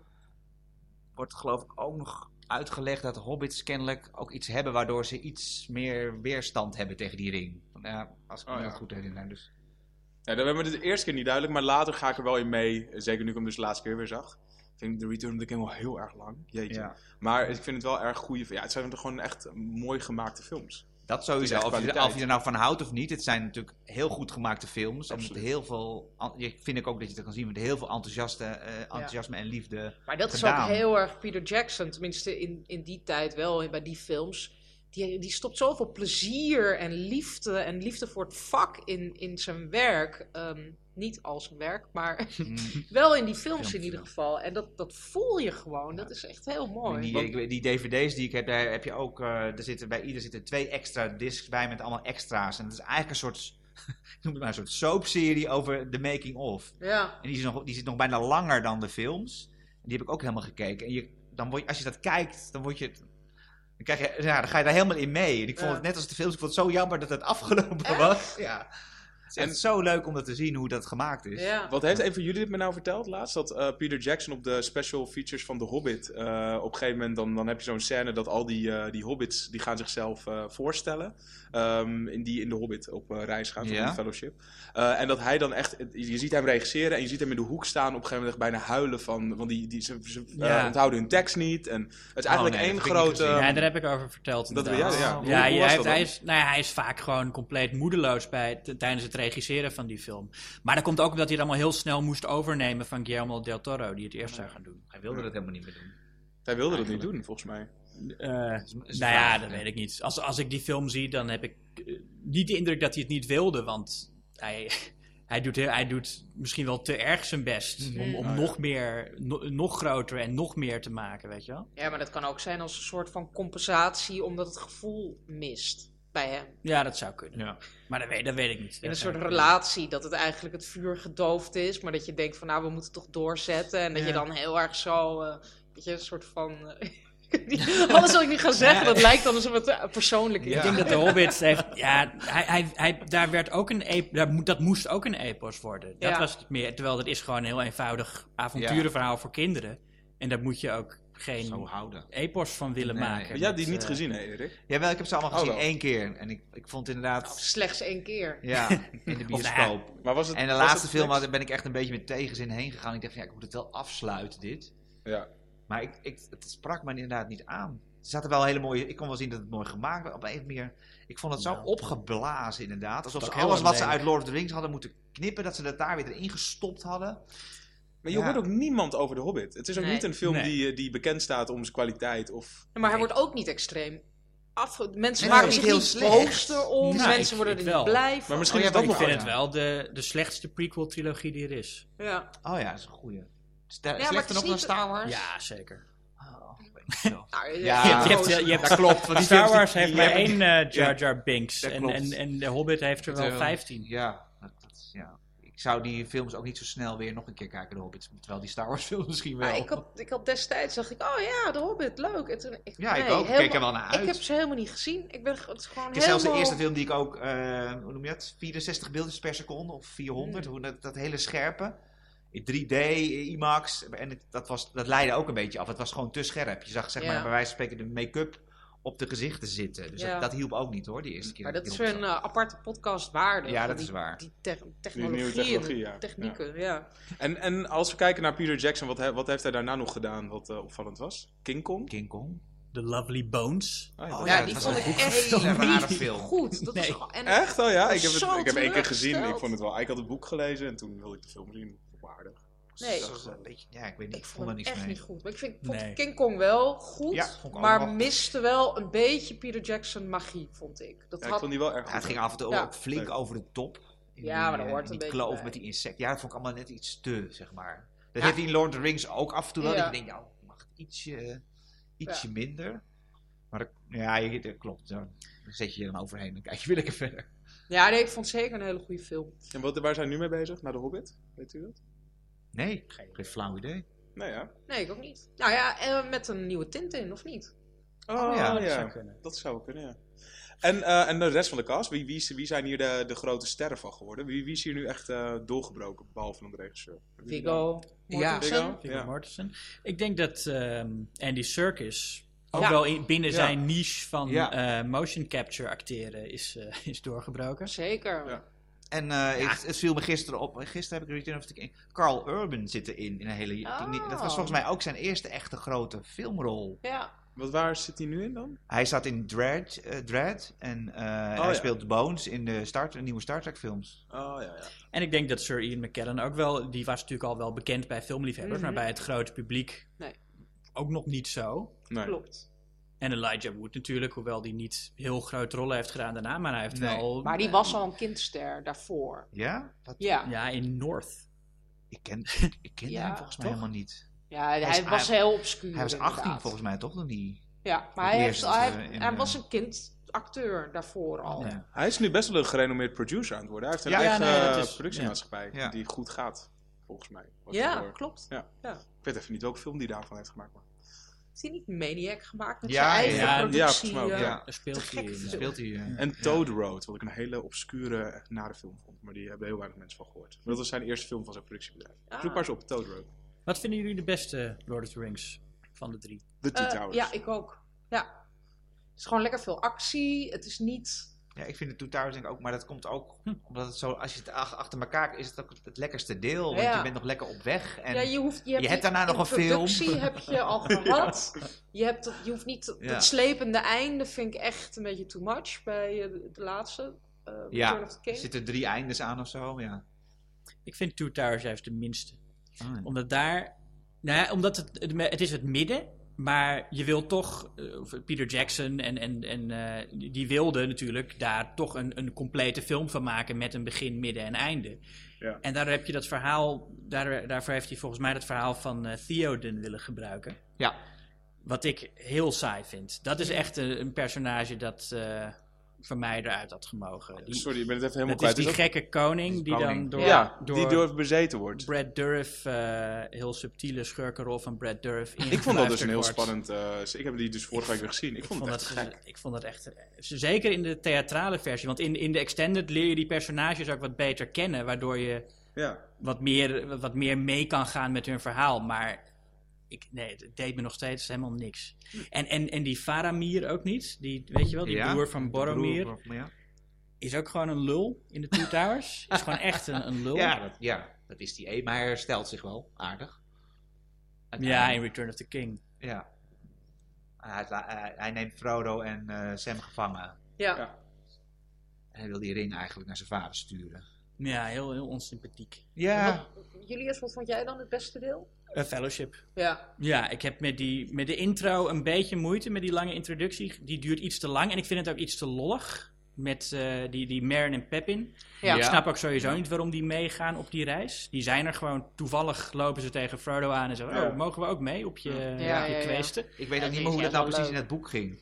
wordt geloof ik ook nog uitgelegd dat de hobbits kennelijk ook iets hebben waardoor ze iets meer weerstand hebben tegen die ring. Ja, als ik me Oh, ja. dat goed herinner. Dus. Ja, dat werd me de eerste keer niet duidelijk, maar later ga ik er wel in mee. Zeker nu ik hem dus de laatste keer weer zag. Ik vind The Return of the King wel heel erg lang. Jeetje. Ja. Maar Maar ik vind het wel erg goede... Ja, het zijn toch gewoon echt mooi gemaakte films. dat sowieso, Het is echt of je kwaliteit. er nou van houdt of niet. Het zijn natuurlijk heel goed gemaakte films. En met Absoluut. heel veel, vind ik ook dat je het kan zien met heel veel enthousiasme en liefde. Maar dat is gedaan. ook heel erg Peter Jackson, tenminste in die tijd wel, bij die films. Die stopt zoveel plezier en liefde voor het vak in zijn werk. Niet als zijn werk, maar wel in die films in ieder geval. En dat voel je gewoon. Dat is echt heel mooi. Die dvd's die ik heb, daar heb je ook, bij ieder zitten 2 extra discs bij met allemaal extra's. En het is eigenlijk een soort, ik noem het maar een soort soapserie over de making of. Ja. En die zit nog bijna langer dan de films. En die heb ik ook helemaal gekeken. En als je dat kijkt, dan dan ga je daar helemaal in mee. En ik vond het net als de films, ik vond het zo jammer dat het afgelopen was. Ja. Het is echt zo leuk om dat te zien hoe dat gemaakt is. Ja. Wat heeft een van jullie dit me nou verteld laatst? Dat Peter Jackson op de special features van The Hobbit... op een gegeven moment dan heb je zo'n scène dat al die hobbits... die gaan zichzelf voorstellen. In de Hobbit op reis gaan, Ja. van Fellowship. En dat hij dan echt... Je ziet hem regisseren en je ziet hem in de hoek staan... op een gegeven moment echt bijna huilen van... Want ze Ja. onthouden hun tekst niet. En het is eigenlijk nee, één dat heb ik niet grote... gezien. Ja, daar heb ik over verteld. Dat inderdaad. ja. Hoe Ja, was dat dan? hij is vaak gewoon compleet moedeloos tijdens het regisseren van die film. Maar dat komt ook omdat hij het allemaal heel snel moest overnemen van Guillermo del Toro, die het eerst zou gaan doen. Hij wilde dat helemaal niet meer doen. Hij wilde dat niet doen, volgens mij. Nou ja, dat weet ik niet. Als ik die film zie, dan heb ik niet de indruk dat hij het niet wilde, want hij doet misschien wel te erg zijn best om nog groter en nog meer te maken, weet je wel? Ja, maar dat kan ook zijn als een soort van compensatie, omdat het gevoel mist bij hem. Ja, dat zou kunnen. Ja. Maar dat weet ik niet. In een Dat soort zou- relatie, dat het eigenlijk het vuur gedoofd is, maar dat je denkt van nou, we moeten toch doorzetten. En dat je dan heel erg zo, weet je, een soort van... alles wat ik nu ga zeggen, dat lijkt dan alsof het persoonlijk is. Ik denk dat de Hobbit heeft... Ja, daar werd ook dat moest ook een epos worden. Dat Ja. was het meer. Terwijl dat is gewoon een heel eenvoudig avonturenverhaal voor kinderen. En daar moet je ook Zo geen houden. epos van willen Nee, maken. Heb jij Dat, die niet gezien, hè, Erik? Jawel, ik heb ze allemaal gezien wel. 1 keer. En ik vond het inderdaad... Slechts 1 keer. Ja, in de bioscoop. Maar was het, En de was laatste het film niks? ben ik echt een beetje met tegenzin heen gegaan. Ik dacht van, ja, ik moet het wel afsluiten, dit. Ja. Maar het sprak me inderdaad niet aan. Er zaten wel hele mooie... Ik kon wel zien dat het mooi gemaakt was. Op een manier... Ik vond het zo opgeblazen, inderdaad. Alsof Dat ze is ook alles heel wat ze lelijk. uit Lord of the Rings hadden moeten knippen, dat ze dat daar weer erin gestopt hadden. Maar je Ja. hoort ook niemand over de Hobbit. Het is ook Nee. niet een film Nee. die bekend staat om zijn kwaliteit. Of... Maar hij wordt ook niet extreem. Mensen Nee, maken niet zich heel niet slecht. boos erom. Nou, Mensen worden er wel. niet blij van. Maar misschien Oh, is ja, dat maar nog ik Oh, vind ja. het wel de slechtste prequel-trilogie die er is. Ja. Oh ja, dat is een goeie. maar het Slechter is nog dan niet- Star Wars? Ja, zeker. Oh, ik weet niet zo. Nou, Ja, Je hebt dat klopt. Want die Star films Wars die- heeft die maar hebben- 1 Jar Jar Binks. dat En, klopt. en de Hobbit heeft er wel 15. Ja, dat is, ja. Ik zou die films ook niet zo snel weer nog een keer kijken, de Hobbit. Terwijl die Star Wars films misschien wel. Maar ik had destijds, dacht ik, oh ja, de Hobbit, leuk. En toen, ik ook. Ik keek er wel naar uit. Ik heb ze helemaal niet gezien. Het is gewoon het is zelfs de eerste film die ik ook, hoe noem je dat? 64 beeldjes per seconde of 400. Dat hele scherpe. In 3D, IMAX. En dat leidde ook een beetje af. Het was gewoon te scherp. Je zag zeg maar bij wijze van spreken de make-up op de gezichten zitten. Dus dat hielp ook niet hoor, die eerste keer. Maar dat is weer een aparte podcast waardig. Ja, dat is waar. Die technologie en technieken, ja. En als we kijken naar Peter Jackson, wat heeft hij daarna nog gedaan wat opvallend was? King Kong? The Lovely Bones. Die vond ik echt niet goed. Dat was echt? Oh ja, ik heb 1 keer gezien. Ik vond het wel. Ik had het boek gelezen en toen wilde ik de film zien. Waardig. Nee, dat was een beetje, ik weet niet. Ik vond het echt niet goed. Maar ik vond Nee. King Kong wel goed, maar wel. Miste wel een beetje Peter Jackson magie, vond ik. Ik vond die wel erg goed. Het ging af en toe ook flink over de top. Maar dat hoort een beetje kloof bij. met die insecten. Ja, dat vond ik allemaal net iets te, zeg maar. Dat heeft hij in Lord of the Rings ook af en toe wel. Dat je denkt, mag het ietsje minder. Maar dat klopt. Dan zet je je dan overheen en kijk je weer lekker verder. Ja, nee, ik vond het zeker een hele goede film. En waar zijn we nu mee bezig? Naar de Hobbit? Weet u dat? Nee, geen flauw idee. Nee, ja. Nee, ik ook niet. Nou ja, met een nieuwe tint in, of niet? Ja, dat zou kunnen. Dat zou kunnen, ja. En de rest van de cast, wie zijn hier de grote sterren van geworden? Wie is hier nu echt doorgebroken, behalve dan de regisseur? Viggo Mortensen. Viggo Mortensen. Ik denk dat Andy Serkis ook wel binnen zijn niche van motion capture acteren is doorgebroken. Zeker. Ja. En het viel me gisteren op. Gisteren heb ik Return of the King. Carl Urban zit erin. In een hele, dat was volgens mij ook zijn eerste echte grote filmrol. Ja. Waar zit hij nu in dan? Hij zat in Dread. En hij speelt Bones in de nieuwe Star Trek films. Oh ja. En ik denk dat Sir Ian McKellen ook wel... Die was natuurlijk al wel bekend bij filmliefhebbers. Maar bij het grote publiek ook nog niet zo. Nee. Klopt. En Elijah Wood natuurlijk, hoewel die niet heel grote rollen heeft gedaan daarna, maar hij heeft wel... Maar die was al een kindster daarvoor. Ja? Ja, in North. Ik ken hem volgens mij helemaal niet. Ja, hij was heel obscuur. Hij was 18 volgens mij, toch? Ja, maar hij was een kindacteur daarvoor al. Ja. Hij is nu best wel een gerenommeerd producer aan het worden. Hij heeft een eigen productiemaatschappij die goed gaat, volgens mij. Klopt. Ja. Ik weet even niet welke film die daarvan heeft gemaakt. Maar... Heeft hij niet Maniac gemaakt met zijn eigen productie? Daar speelt hij. En Toad Road, wat ik een hele obscure, nare film vond. Maar die hebben heel weinig mensen van gehoord. Dat was zijn eerste film van zijn productiebedrijf. Zoek maar eens op, Toad Road. Wat vinden jullie de beste Lord of the Rings van de 3? The Two Towers. Ja, ik ook. Ja. Het is gewoon lekker veel actie. Het is niet... Ja, ik vind de Two Towers denk ik ook, maar dat komt ook omdat het zo, als je het achter elkaar is het ook het lekkerste deel, want je bent nog lekker op weg en je hebt daarna nog een film. Heb je al gehad. Je hoeft niet het slepende einde vind ik echt een beetje too much bij de laatste. Return of the King. Er zitten 3 eindes aan of zo, ja. Ik vind Two Towers juist de minste. Omdat daar, omdat het is het midden. Maar je wil toch, Peter Jackson en die wilde natuurlijk daar toch een complete film van maken met een begin, midden en einde. Ja. En daar heb je dat verhaal, daarvoor heeft hij volgens mij dat verhaal van Theoden willen gebruiken. Ja. Wat ik heel saai vind. Dat is echt een personage dat van mij eruit had gemogen. Sorry, ik ben het even helemaal kwijt. Dat is die gekke koning die dan door bezeten wordt. Brad Dourif, heel subtiele schurkenrol van Brad Dourif. Ik vond dat dus een heel spannend... ik heb die dus vorige week weer gezien. Ik vond dat echt... Zeker in de theatrale versie. Want in de extended leer je die personages ook wat beter kennen. Waardoor je wat meer mee kan gaan met hun verhaal. Maar... het deed me nog steeds helemaal niks. En die Faramir ook niet. Die, weet je wel, die broer van Boromir. Is ook gewoon een lul in de Two Towers. Is gewoon echt een lul. Dat is die maar hij herstelt zich wel aardig. Ja, in Return of the King. Ja. Hij neemt Frodo en Sam gevangen. Ja. En hij wil die ring eigenlijk naar zijn vader sturen. Ja, heel onsympathiek. Ja. Julius, wat vond jij dan het beste deel? Fellowship. Ja. Ja, ik heb met de intro een beetje moeite met die lange introductie. Die duurt iets te lang en ik vind het ook iets te lollig. met die Meryn en Pippin. Ja. Ik snap ook sowieso niet waarom die meegaan op die reis. Die zijn er gewoon, toevallig lopen ze tegen Frodo aan en zeggen, mogen we ook mee op je kweesten? Ik weet Ja, ook niet die meer hoe is dat nou echt wel precies in leuk. het boek ging.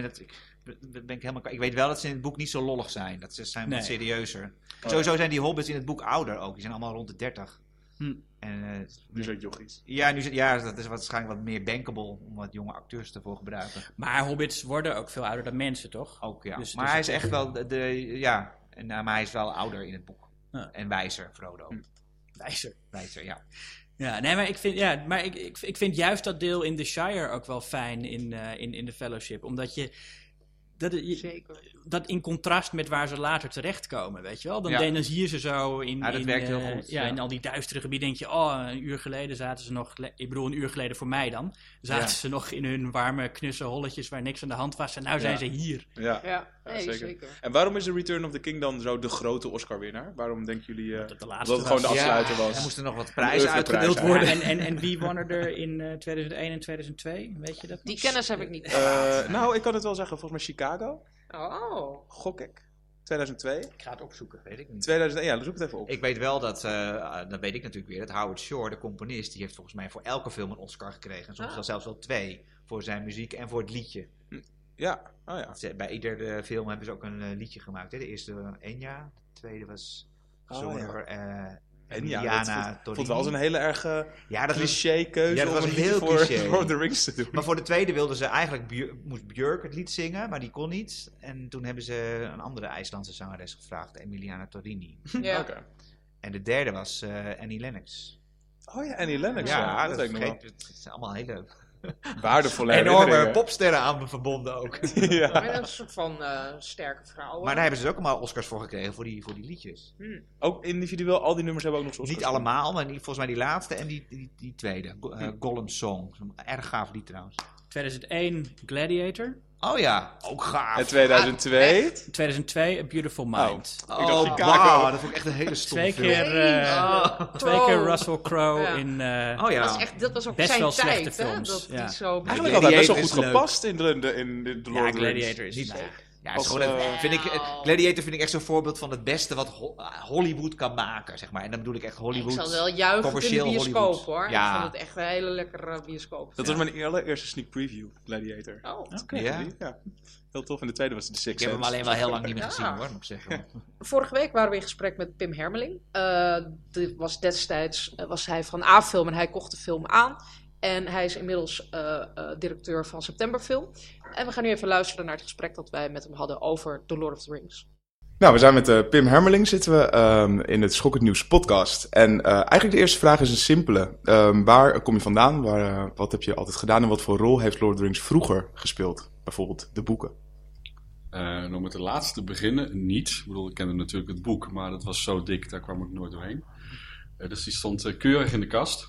Ik weet wel dat ze in het boek niet zo lollig zijn. Dat ze zijn wat serieuzer. Sowieso zijn die hobbits in het boek ouder ook. Die zijn allemaal rond de 30. En, Nu zijn jochies. dat is waarschijnlijk wat meer bankable om wat jonge acteurs te voor gebruiken. Maar hobbits worden ook veel ouder dan mensen, toch? Ook, ja. Dus- maar dus hij is het- echt wel maar hij is wel ouder in het boek. Ja. En wijzer, Frodo. Wijzer. Wijzer, ja. Ja, nee, maar ik vind juist dat deel in The Shire ook wel fijn in de Fellowship. Omdat Zeker. dat in contrast met waar ze later terechtkomen, weet je wel. Dan zie je ze zo in... Ja, dat werkt heel goed. Ja, in al die duistere gebieden denk je, een uur geleden zaten ze nog... Ik bedoel, een uur geleden voor mij dan. Zaten ze nog in hun warme, knusse holletjes waar niks aan de hand was. En nou zijn ze hier. Ja. Nee, zeker. En waarom is The Return of the King dan zo de grote Oscar-winnaar? Waarom denken jullie Dat de laatste dat het gewoon de was. afsluiter was? Er moesten nog wat prijzen Een uitgedeeld Europrijs, worden. En wie won er in 2001 en 2002? Weet je dat Die nog? kennis heb ik niet. Nou, ik kan het wel zeggen. Volgens mij Chicago. Oh. Gok ik. 2002. Ik ga het opzoeken, weet ik niet. 2001, ja, zoek het even op. Ik weet wel dat, dat weet ik natuurlijk weer, dat Howard Shore, de componist, die heeft volgens mij voor elke film een Oscar gekregen. En soms zelfs wel 2. Voor zijn muziek en voor het liedje. Ja, oh ja. Bij iedere film hebben ze ook een liedje gemaakt. Hè? De eerste Enya, de tweede was gezongen door Emiliana dat voelt wel als een hele erg ja, dat was, cliché keuze ja, dat om was een heel liedje voor cliché. Lord of the Rings te doen. maar voor de tweede wilden ze eigenlijk, moest Björk het lied zingen, maar die kon niet. En toen hebben ze een andere IJslandse zangeres gevraagd, Emiliana Torrini. Ja. Oké. En de derde was Annie Lennox. Oh ja, Annie Lennox. Ja, dat weet ik nog wel. het zijn allemaal hele Waardevolle enorme herinneringen. popsterren aan verbonden ook. Ja. Maar een soort van sterke vrouw. Maar daar hebben ze dus ook allemaal Oscars voor gekregen, voor die liedjes. Ook individueel, al die nummers hebben ook nog zo'n Niet allemaal, maar volgens mij die laatste en die tweede. Gollum Song. Een erg gaaf lied trouwens. 2001 Gladiator. Oh ja, ook gaaf. En 2002. 2002 A Beautiful Mind. Ik dacht Chicago. Wauw, dat vond ik echt een hele stomme Twee film. keer Russell Crowe Ja. in... Oh ja. Dat was ook Best zijn wel tijd, slechte hè? films, Dat ja. die zo... Eigenlijk had hij best wel goed Gladiator is gepast in de Lord Ja, of the Rings. Gladiator is... Niet nou, Ja, Als, is gewoon Gladiator vind ik echt zo'n voorbeeld van het beste wat Hollywood kan maken, zeg maar. En dan bedoel ik echt Hollywood. Ik zal wel juichen in de commercieel bioscoop, Hollywood. hoor. Ja. Ik vond het echt een hele lekkere bioscoop. Dat was mijn allereerste sneak preview, Gladiator. Oh. Ja. Ja. Heel tof. En de tweede was The Sixth Ik heb hem Sense. alleen wel heel lang niet meer Ja. gezien, hoor, moet ik zeggen. Vorige week waren we in gesprek met Pim Hermeling. Destijds was hij van A-film en hij kocht de film aan. En hij is inmiddels directeur van Septemberfilm. En we gaan nu even luisteren naar het gesprek dat wij met hem hadden over The Lord of the Rings. Nou, we zijn met Pim Hermeling, zitten we in het Schokkend Nieuws podcast. En eigenlijk de eerste vraag is een simpele. Waar kom je vandaan? Wat heb je altijd gedaan? En wat voor rol heeft Lord of the Rings vroeger gespeeld? Bijvoorbeeld de boeken. Om met de laatste te beginnen, niet. Ik bedoel, ik kende natuurlijk het boek, maar dat was zo dik, daar kwam ik nooit doorheen. Dus die stond keurig in de kast.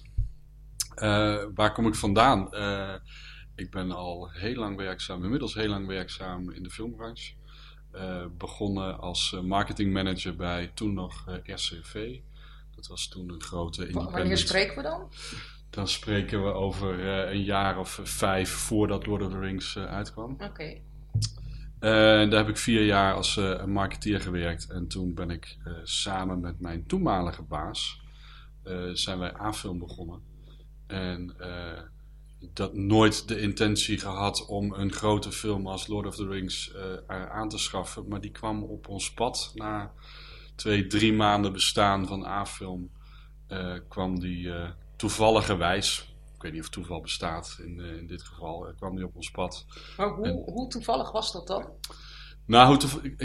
Waar kom ik vandaan? Ik ben al heel lang werkzaam, inmiddels heel lang werkzaam in de filmbranche. Begonnen als marketingmanager bij toen nog RCV. Dat was toen een grote independent. Wanneer spreken we dan? Dan spreken we over een jaar of 5 voordat Lord of the Rings uitkwam. Oké. Daar heb ik 4 jaar als marketeer gewerkt. En toen ben ik samen met mijn toenmalige baas, zijn wij A-film begonnen. En dat nooit de intentie gehad om een grote film als Lord of the Rings aan te schaffen. Maar die kwam op ons pad. Na 2-3 maanden bestaan van A-film kwam die toevalligerwijs... Ik weet niet of toeval bestaat in dit geval. Kwam die op ons pad. Maar hoe toevallig was dat dan? Nou,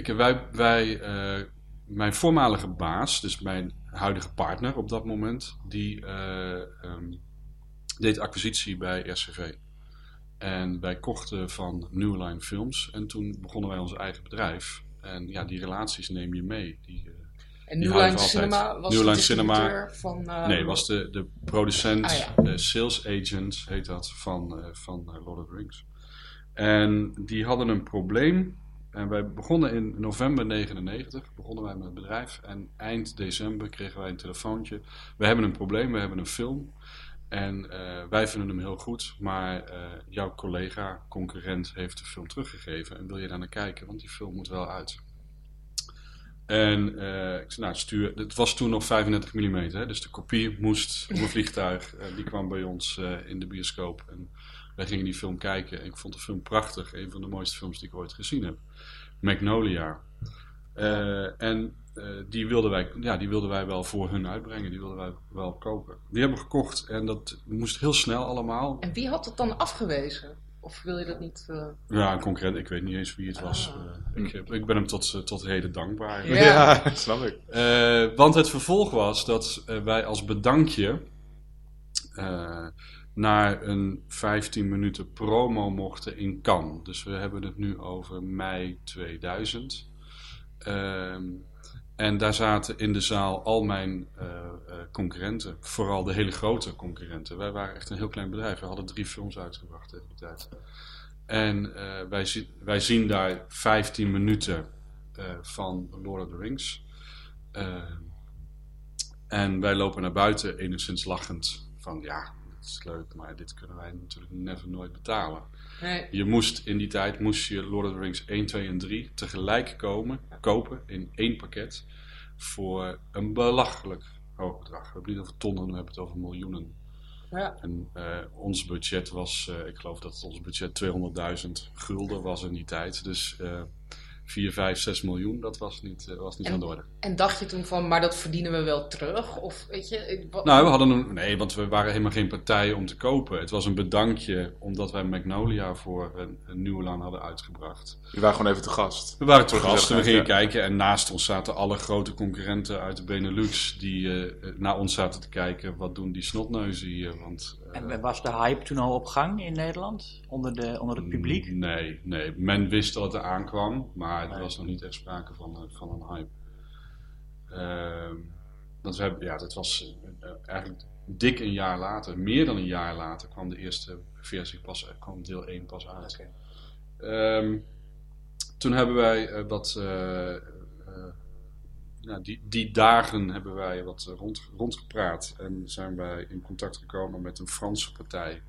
mijn voormalige baas, dus mijn huidige partner op dat moment, die deed acquisitie bij RCV. En wij kochten van New Line Films en toen begonnen wij ons eigen bedrijf. En ja, die relaties neem je mee. En Die New houden Line we altijd. Cinema was New de Line Cinema- distributeur van... Nee, was de producent, Ah, ja. sales agent heet dat, van Lord of the Rings. En die hadden een probleem. En wij begonnen in november 1999, begonnen wij met het bedrijf. En eind december kregen wij een telefoontje. We hebben een probleem, we hebben een film. En wij vinden hem heel goed. Maar jouw collega, concurrent, heeft de film teruggegeven. En wil je daar naar kijken? Want die film moet wel uit. En ik zei, stuur. Het was toen nog 35 mm, hè, dus de kopie moest op een vliegtuig. Die kwam bij ons in de bioscoop. En wij gingen die film kijken. En ik vond de film prachtig. Een van de mooiste films die ik ooit gezien heb. Magnolia. Die wilden wij wel voor hun uitbrengen. Die wilden wij wel kopen. Die hebben we gekocht. En dat moest heel snel allemaal. En wie had het dan afgewezen? Of wil je dat niet... Ja, een concurrent. Ik weet niet eens wie het was. Ik ben hem tot heden dankbaar. Ja, snap ik. Want het vervolg was dat wij als bedankje naar een 15 minuten promo mochten in Cannes. Dus we hebben het nu over mei 2000. En daar zaten in de zaal al mijn concurrenten. Vooral de hele grote concurrenten. Wij waren echt een heel klein bedrijf. We hadden 3 films uitgebracht tegen die tijd. En wij zien daar 15 minuten van Lord of the Rings. En wij lopen naar buiten enigszins lachend. Van ja, dat is leuk, maar dit kunnen wij natuurlijk nooit betalen. Nee. In die tijd moest je Lord of the Rings 1, 2 en 3 tegelijk kopen in 1 pakket. Voor een belachelijk hoog bedrag. We hebben het niet over tonnen, we hebben het over miljoenen. Ja. En ons budget was, ik geloof dat ons budget 200.000 gulden was in die tijd. Dus 4, 5, 6 miljoen, dat was niet aan de orde. En dacht je toen van, maar dat verdienen we wel terug? Of weet je... Nee, want we waren helemaal geen partij om te kopen. Het was een bedankje omdat wij Magnolia voor een Nieuwland hadden uitgebracht. Je waren gewoon even te gast. We waren te gast en we gingen kijken. En naast ons zaten alle grote concurrenten uit de Benelux die naar ons zaten te kijken. Wat doen die snotneuzen hier? En was de hype toen al op gang in Nederland? Onder het publiek? Nee. Men wist dat het aankwam, maar er was nog niet echt sprake van een hype. Dat was eigenlijk dik een jaar later, meer dan een jaar later, kwam de eerste versie kwam deel 1 pas uit. Okay. Toen hebben wij die dagen hebben wij wat rondgepraat en zijn wij in contact gekomen met een Franse partij.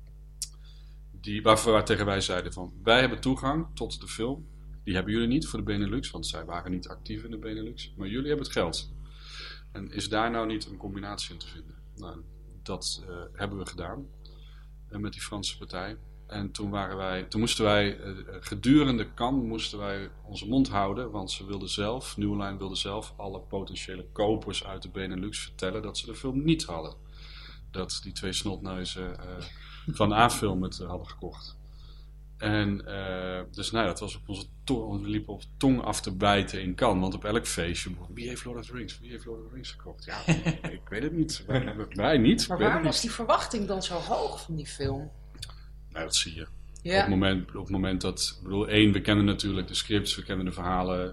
Waar tegen wij zeiden van, wij hebben toegang tot de film. Die hebben jullie niet voor de Benelux, want zij waren niet actief in de Benelux. Maar jullie hebben het geld. En is daar nou niet een combinatie in te vinden? Nou, dat hebben we gedaan met die Franse partij. En toen moesten wij gedurende Cannes onze mond houden, want New Line wilde zelf alle potentiële kopers uit de Benelux vertellen dat ze de film niet hadden. Dat die 2 snotneuzen van A-film het hadden gekocht. En dus dat was op onze tong, we liepen op de tong af te bijten in Cannes, want op elk feestje, wie heeft Lord of the Rings gekocht? Ja, ik weet het niet. Wij niet. Maar waarom was die verwachting dan zo hoog van die film? Nou, dat zie je. Ja. Op het moment dat... we kenden natuurlijk de scripts, we kenden de verhalen.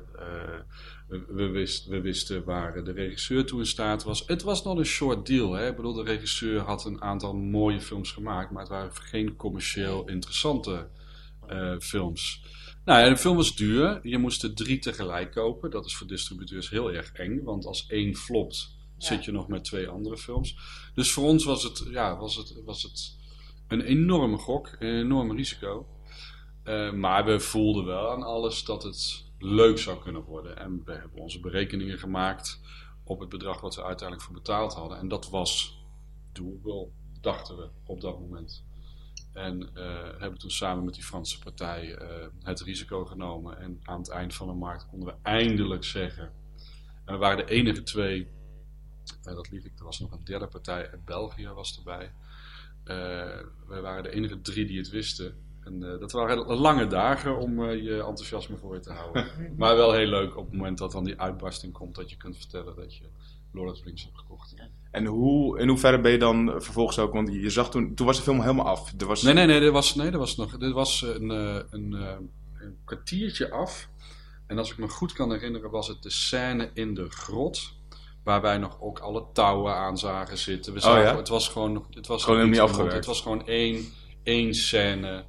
We wisten waar de regisseur toe in staat was. Het was nog een short deal. Hè? Ik bedoel, de regisseur had een aantal mooie films gemaakt, maar het waren geen commercieel interessante films. Nou ja, de film was duur. Je moest er 3 tegelijk kopen. Dat is voor distributeurs heel erg eng, want als 1 flopt, zit je nog met 2 andere films. Dus voor ons was het een enorme gok, een enorm risico. Maar we voelden wel aan alles dat het leuk zou kunnen worden. En we hebben onze berekeningen gemaakt op het bedrag wat we uiteindelijk voor betaald hadden. En dat was doable, dachten we op dat moment. En hebben toen samen met die Franse partij het risico genomen. En aan het eind van de markt konden we eindelijk zeggen. En we waren de enige 2, dat liet ik, er was nog een derde partij uit België was erbij. We waren de enige 3 die het wisten. En dat waren lange dagen om je enthousiasme voor je te houden. Maar wel heel leuk op het moment dat dan die uitbarsting komt, dat je kunt vertellen dat je Lord of the Rings hebt gekocht. Ja. En in hoeverre ben je dan vervolgens ook, want je zag toen was de film helemaal af. Nee, dit was een kwartiertje af. En als ik me goed kan herinneren was het de scène in de grot, waar wij nog ook alle touwen aan zagen zitten. Het was gewoon niet afgewerkt. Het was gewoon één scène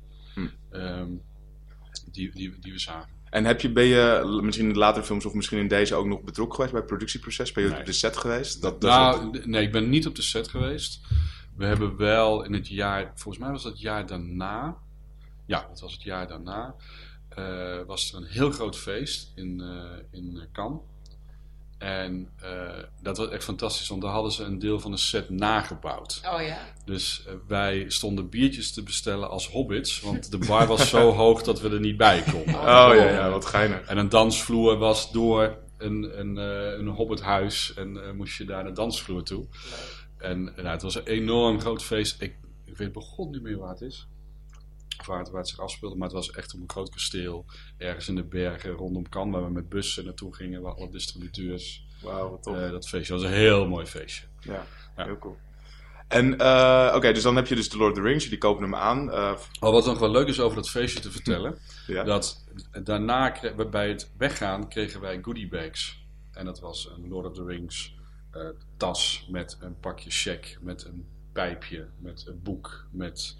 die we zagen. En ben je misschien in de latere films of misschien in deze ook nog betrokken geweest bij het productieproces? Ben je op de set geweest? Nee, ik ben niet op de set geweest. We hebben wel in het jaar, volgens mij was dat het jaar daarna. Ja, dat was het jaar daarna. Was er een heel groot feest in Cannes. En dat was echt fantastisch, want daar hadden ze een deel van de set nagebouwd. Oh ja. Dus wij stonden biertjes te bestellen als hobbits, want de bar was zo hoog dat we er niet bij konden. Oh ja, wat geinig. En een dansvloer was door een hobbithuis en moest je daar naar de dansvloer toe. En het was een enorm groot feest. Ik weet begon niet meer waar het is. Of waar het zich afspeelde, maar het was echt op een groot kasteel. Ergens in de bergen rondom Cannes, waar we met bussen naartoe gingen, waar alle distributeurs. Wauw, wat tof. Dat feestje was een heel mooi feestje. Ja, Ja. heel cool. En oké, dus dan heb je dus The Lord of the Rings, jullie kopen hem aan. Wat nog wel leuk is over dat feestje te vertellen, Ja. dat daarna bij het weggaan kregen wij goodie bags. En dat was een Lord of the Rings tas met een pakje check, met een pijpje, met een boek, met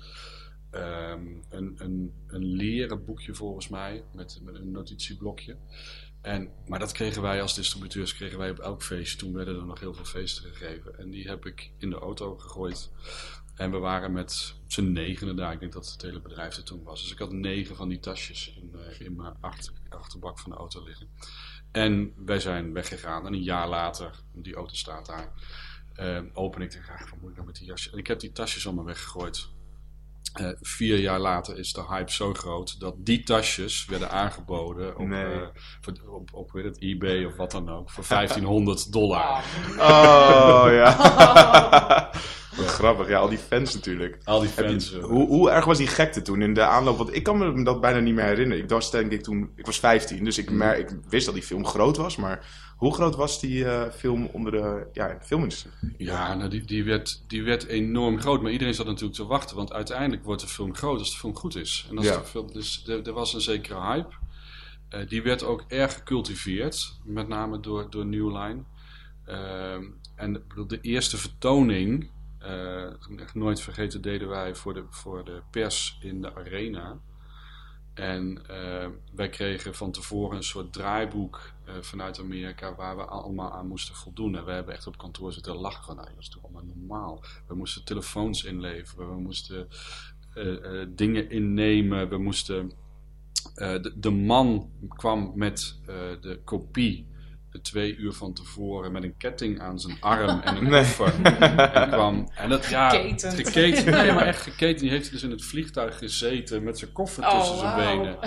een leren boekje volgens mij, met een notitieblokje. Maar dat kregen wij als distributeurs op elk feestje. Toen werden er nog heel veel feesten gegeven. En die heb ik in de auto gegooid. En we waren met z'n 9 daar. Ik denk dat het hele bedrijf er toen was. Dus ik had 9 van die tasjes in mijn achterbak van de auto liggen. En wij zijn weggegaan. En een jaar later, die auto staat daar, open ik en graag, wat moet ik nou met die jasje? En ik heb die tasjes allemaal weggegooid. 4 jaar later is de hype zo groot dat die tasjes werden aangeboden op eBay of wat dan ook voor $1,500. Oh ja. Wat grappig, ja, al die fans natuurlijk. Al die fans. Hoe erg was die gekte toen in de aanloop? Want ik kan me dat bijna niet meer herinneren. Ik was denk ik toen, ik was 15, dus ik wist dat die film groot was, maar hoe groot was die film onder de filmindustrie? Ja, nou, die werd enorm groot, maar iedereen zat natuurlijk te wachten, want uiteindelijk wordt de film groot als de film goed is. En als de film, dus er was een zekere hype. Die werd ook erg gecultiveerd, met name door New Line. En de eerste vertoning, echt nooit vergeten, deden wij voor de pers in de arena. En wij kregen van tevoren een soort draaiboek vanuit Amerika waar we allemaal aan moesten voldoen. En we hebben echt op kantoor zitten lachen van, dat is toch allemaal normaal. We moesten telefoons inleveren, we moesten dingen innemen, we moesten... de man kwam met de kopie 2 uur van tevoren met een ketting aan zijn arm en een koffer. En kwam, en dat, geketend. Nee, maar echt geketend. Die heeft dus in het vliegtuig gezeten met zijn koffer tussen zijn benen.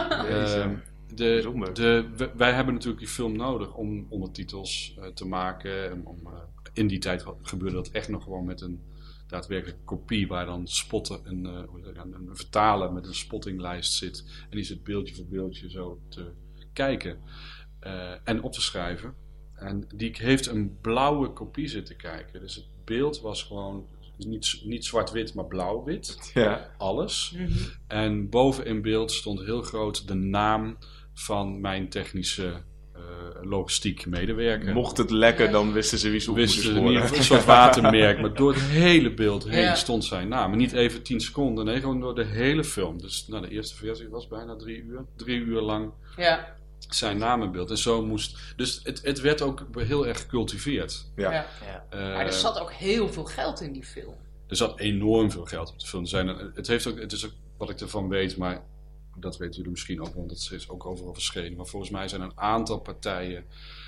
Wij hebben natuurlijk die film nodig om ondertitels te maken. In die tijd gebeurde dat echt nog gewoon met een daadwerkelijke kopie waar dan een vertaler met een spottinglijst zit. En die zit beeldje voor beeldje zo te kijken. En op te schrijven. En die heeft een blauwe kopie zitten kijken. Dus het beeld was gewoon niet zwart-wit, maar blauw-wit. Ja. Alles. Mm-hmm. En boven in beeld stond heel groot de naam van mijn technische logistiek medewerker. Mocht het lekken, dan wisten ze wie ze op moesten sporen. Een soort watermerk. Maar door het hele beeld heen stond zijn naam. En niet even 10 seconden. Nee, gewoon door de hele film. Dus de eerste versie was bijna 3 uur. 3 uur lang. Ja. Zijn naam en beeld. En zo moest... Dus het werd ook heel erg gecultiveerd. Ja. Maar er zat ook heel veel geld in die film. Er zat enorm veel geld op de film. Het is ook wat ik ervan weet, maar dat weten jullie misschien ook, want het is ook overal verschenen. Maar volgens mij zijn een aantal partijen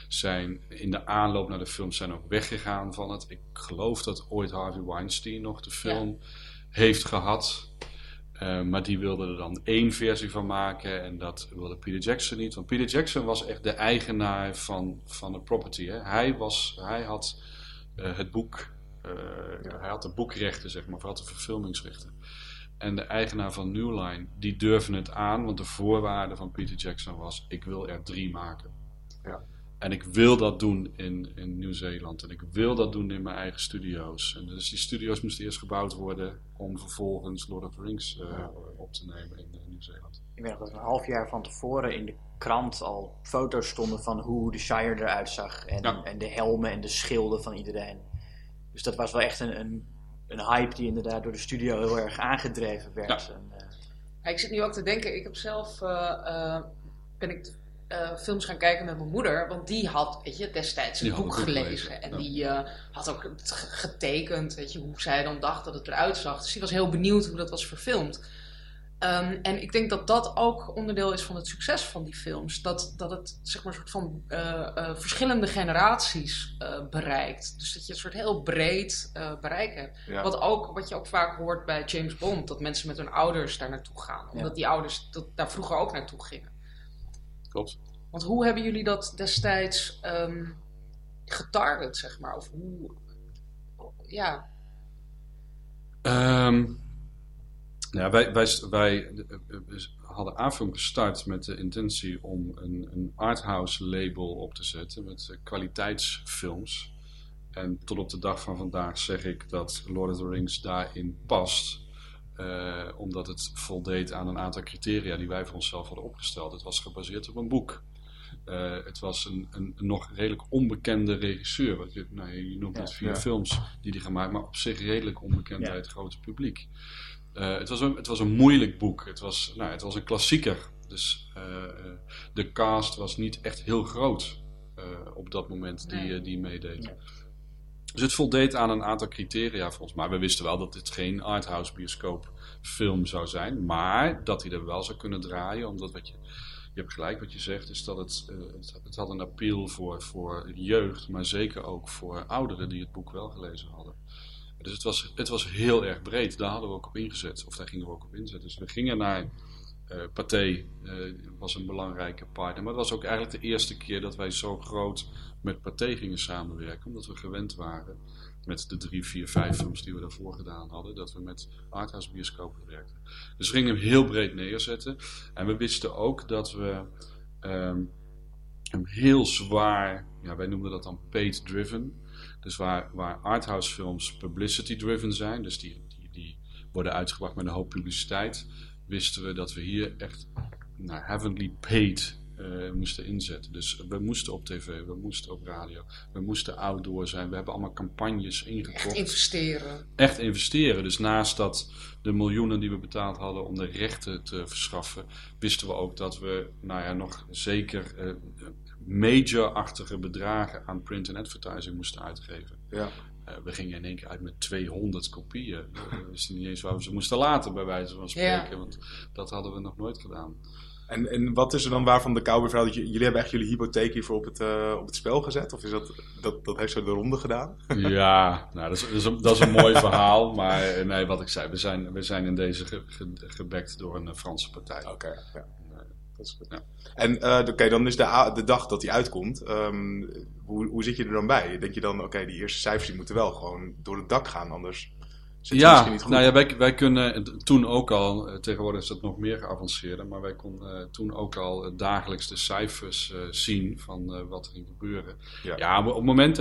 in de aanloop naar de film zijn ook weggegaan van het. Ik geloof dat ooit Harvey Weinstein nog de film heeft gehad. Maar die wilde er dan 1 versie van maken en dat wilde Peter Jackson niet. Want Peter Jackson was echt de eigenaar van de property. Hè? Hij had het boek, hij had de boekrechten, zeg maar, hij had de verfilmingsrechten. En de eigenaar van New Line, die durfde het aan, want de voorwaarde van Peter Jackson was, ik wil er 3 maken. Ja. En ik wil dat doen in Nieuw-Zeeland. En ik wil dat doen in mijn eigen studio's. En dus die studio's moesten eerst gebouwd worden om vervolgens Lord of the Rings op te nemen in Nieuw-Zeeland. Ik weet nog dat een half jaar van tevoren in de krant al foto's stonden van hoe de Shire eruit zag. En de helmen en de schilden van iedereen. Dus dat was wel echt een hype die inderdaad door de studio heel erg aangedreven werd. Ja. Ik zit nu ook te denken, ik heb zelf... ben ik films gaan kijken met mijn moeder, want die had destijds een boek gelezen. En die had ook getekend, hoe zij dan dacht dat het eruit zag. Dus die was heel benieuwd hoe dat was verfilmd. En ik denk dat dat ook onderdeel is van het succes van die films. Dat het zeg maar een soort van verschillende generaties bereikt. Dus dat je een soort heel breed bereik hebt. Ja. Wat je ook vaak hoort bij James Bond. Dat mensen met hun ouders daar naartoe gaan. Omdat die ouders daar vroeger ook naartoe gingen. Klopt. Want hoe hebben jullie dat destijds getarget, zeg maar? Of hoe... Ja... Ja, wij hadden A-film gestart met de intentie om een arthouse label op te zetten met kwaliteitsfilms. En tot op de dag van vandaag zeg ik dat Lord of the Rings daarin past. Omdat het voldeed aan een aantal criteria die wij voor onszelf hadden opgesteld. Het was gebaseerd op een boek. Het was een nog redelijk onbekende regisseur. Je noemt het 4 films die hij gemaakt, maar op zich redelijk onbekend bij het grote publiek. Het was een moeilijk boek. Het was een klassieker. Dus de cast was niet echt heel groot op dat moment die meedeed. Nee. Dus het voldeed aan een aantal criteria volgens mij. We wisten wel dat dit geen arthouse bioscoopfilm zou zijn. Maar dat hij er wel zou kunnen draaien. Omdat je hebt gelijk wat je zegt. Is dat het had een appeal voor jeugd. Maar zeker ook voor ouderen die het boek wel gelezen hadden. Dus het was heel erg breed. Daar hadden we ook op ingezet. Of daar gingen we ook op inzetten. Dus we gingen naar Pathé. Was een belangrijke partner. Maar het was ook eigenlijk de eerste keer dat wij zo groot met Pathé gingen samenwerken. Omdat we gewend waren met de 3, 4, 5 films die we daarvoor gedaan hadden. Dat we met arthouse bioscopen werkten. Dus we gingen hem heel breed neerzetten. En we wisten ook dat we hem heel zwaar... Ja, wij noemden dat dan paid driven. Dus waar arthouse films publicity driven zijn, dus die worden uitgebracht met een hoop publiciteit, wisten we dat we hier echt heavenly paid moesten inzetten. Dus we moesten op tv, we moesten op radio, we moesten outdoor zijn. We hebben allemaal campagnes ingekocht. Echt investeren. Dus naast dat de miljoenen die we betaald hadden om de rechten te verschaffen, wisten we ook dat we nog zeker major-achtige bedragen aan print en advertising moesten uitgeven. Ja. We gingen in één keer uit met 200 kopieën. We wisten niet eens waar we ze moesten laten, bij wijze van spreken. Want dat hadden we nog nooit gedaan. En wat is er dan waarvan de Cowboy-verhaal? Jullie hebben echt jullie hypotheek hiervoor op het spel gezet? Of is dat heeft zo de ronde gedaan? Ja, dat is een mooi verhaal. Maar nee, wat ik zei, we zijn in deze gebackt door een Franse partij. Oké, ja. Dat is goed. Ja. En dan is de dag dat die uitkomt. Hoe zit je er dan bij? Denk je dan, die eerste cijfers die moeten wel gewoon door het dak gaan, anders zit het misschien niet goed? Wij kunnen toen ook al, tegenwoordig is dat nog meer geavanceerder, maar wij konden toen ook al dagelijks de cijfers zien van wat er ging gebeuren. Ja, maar op het moment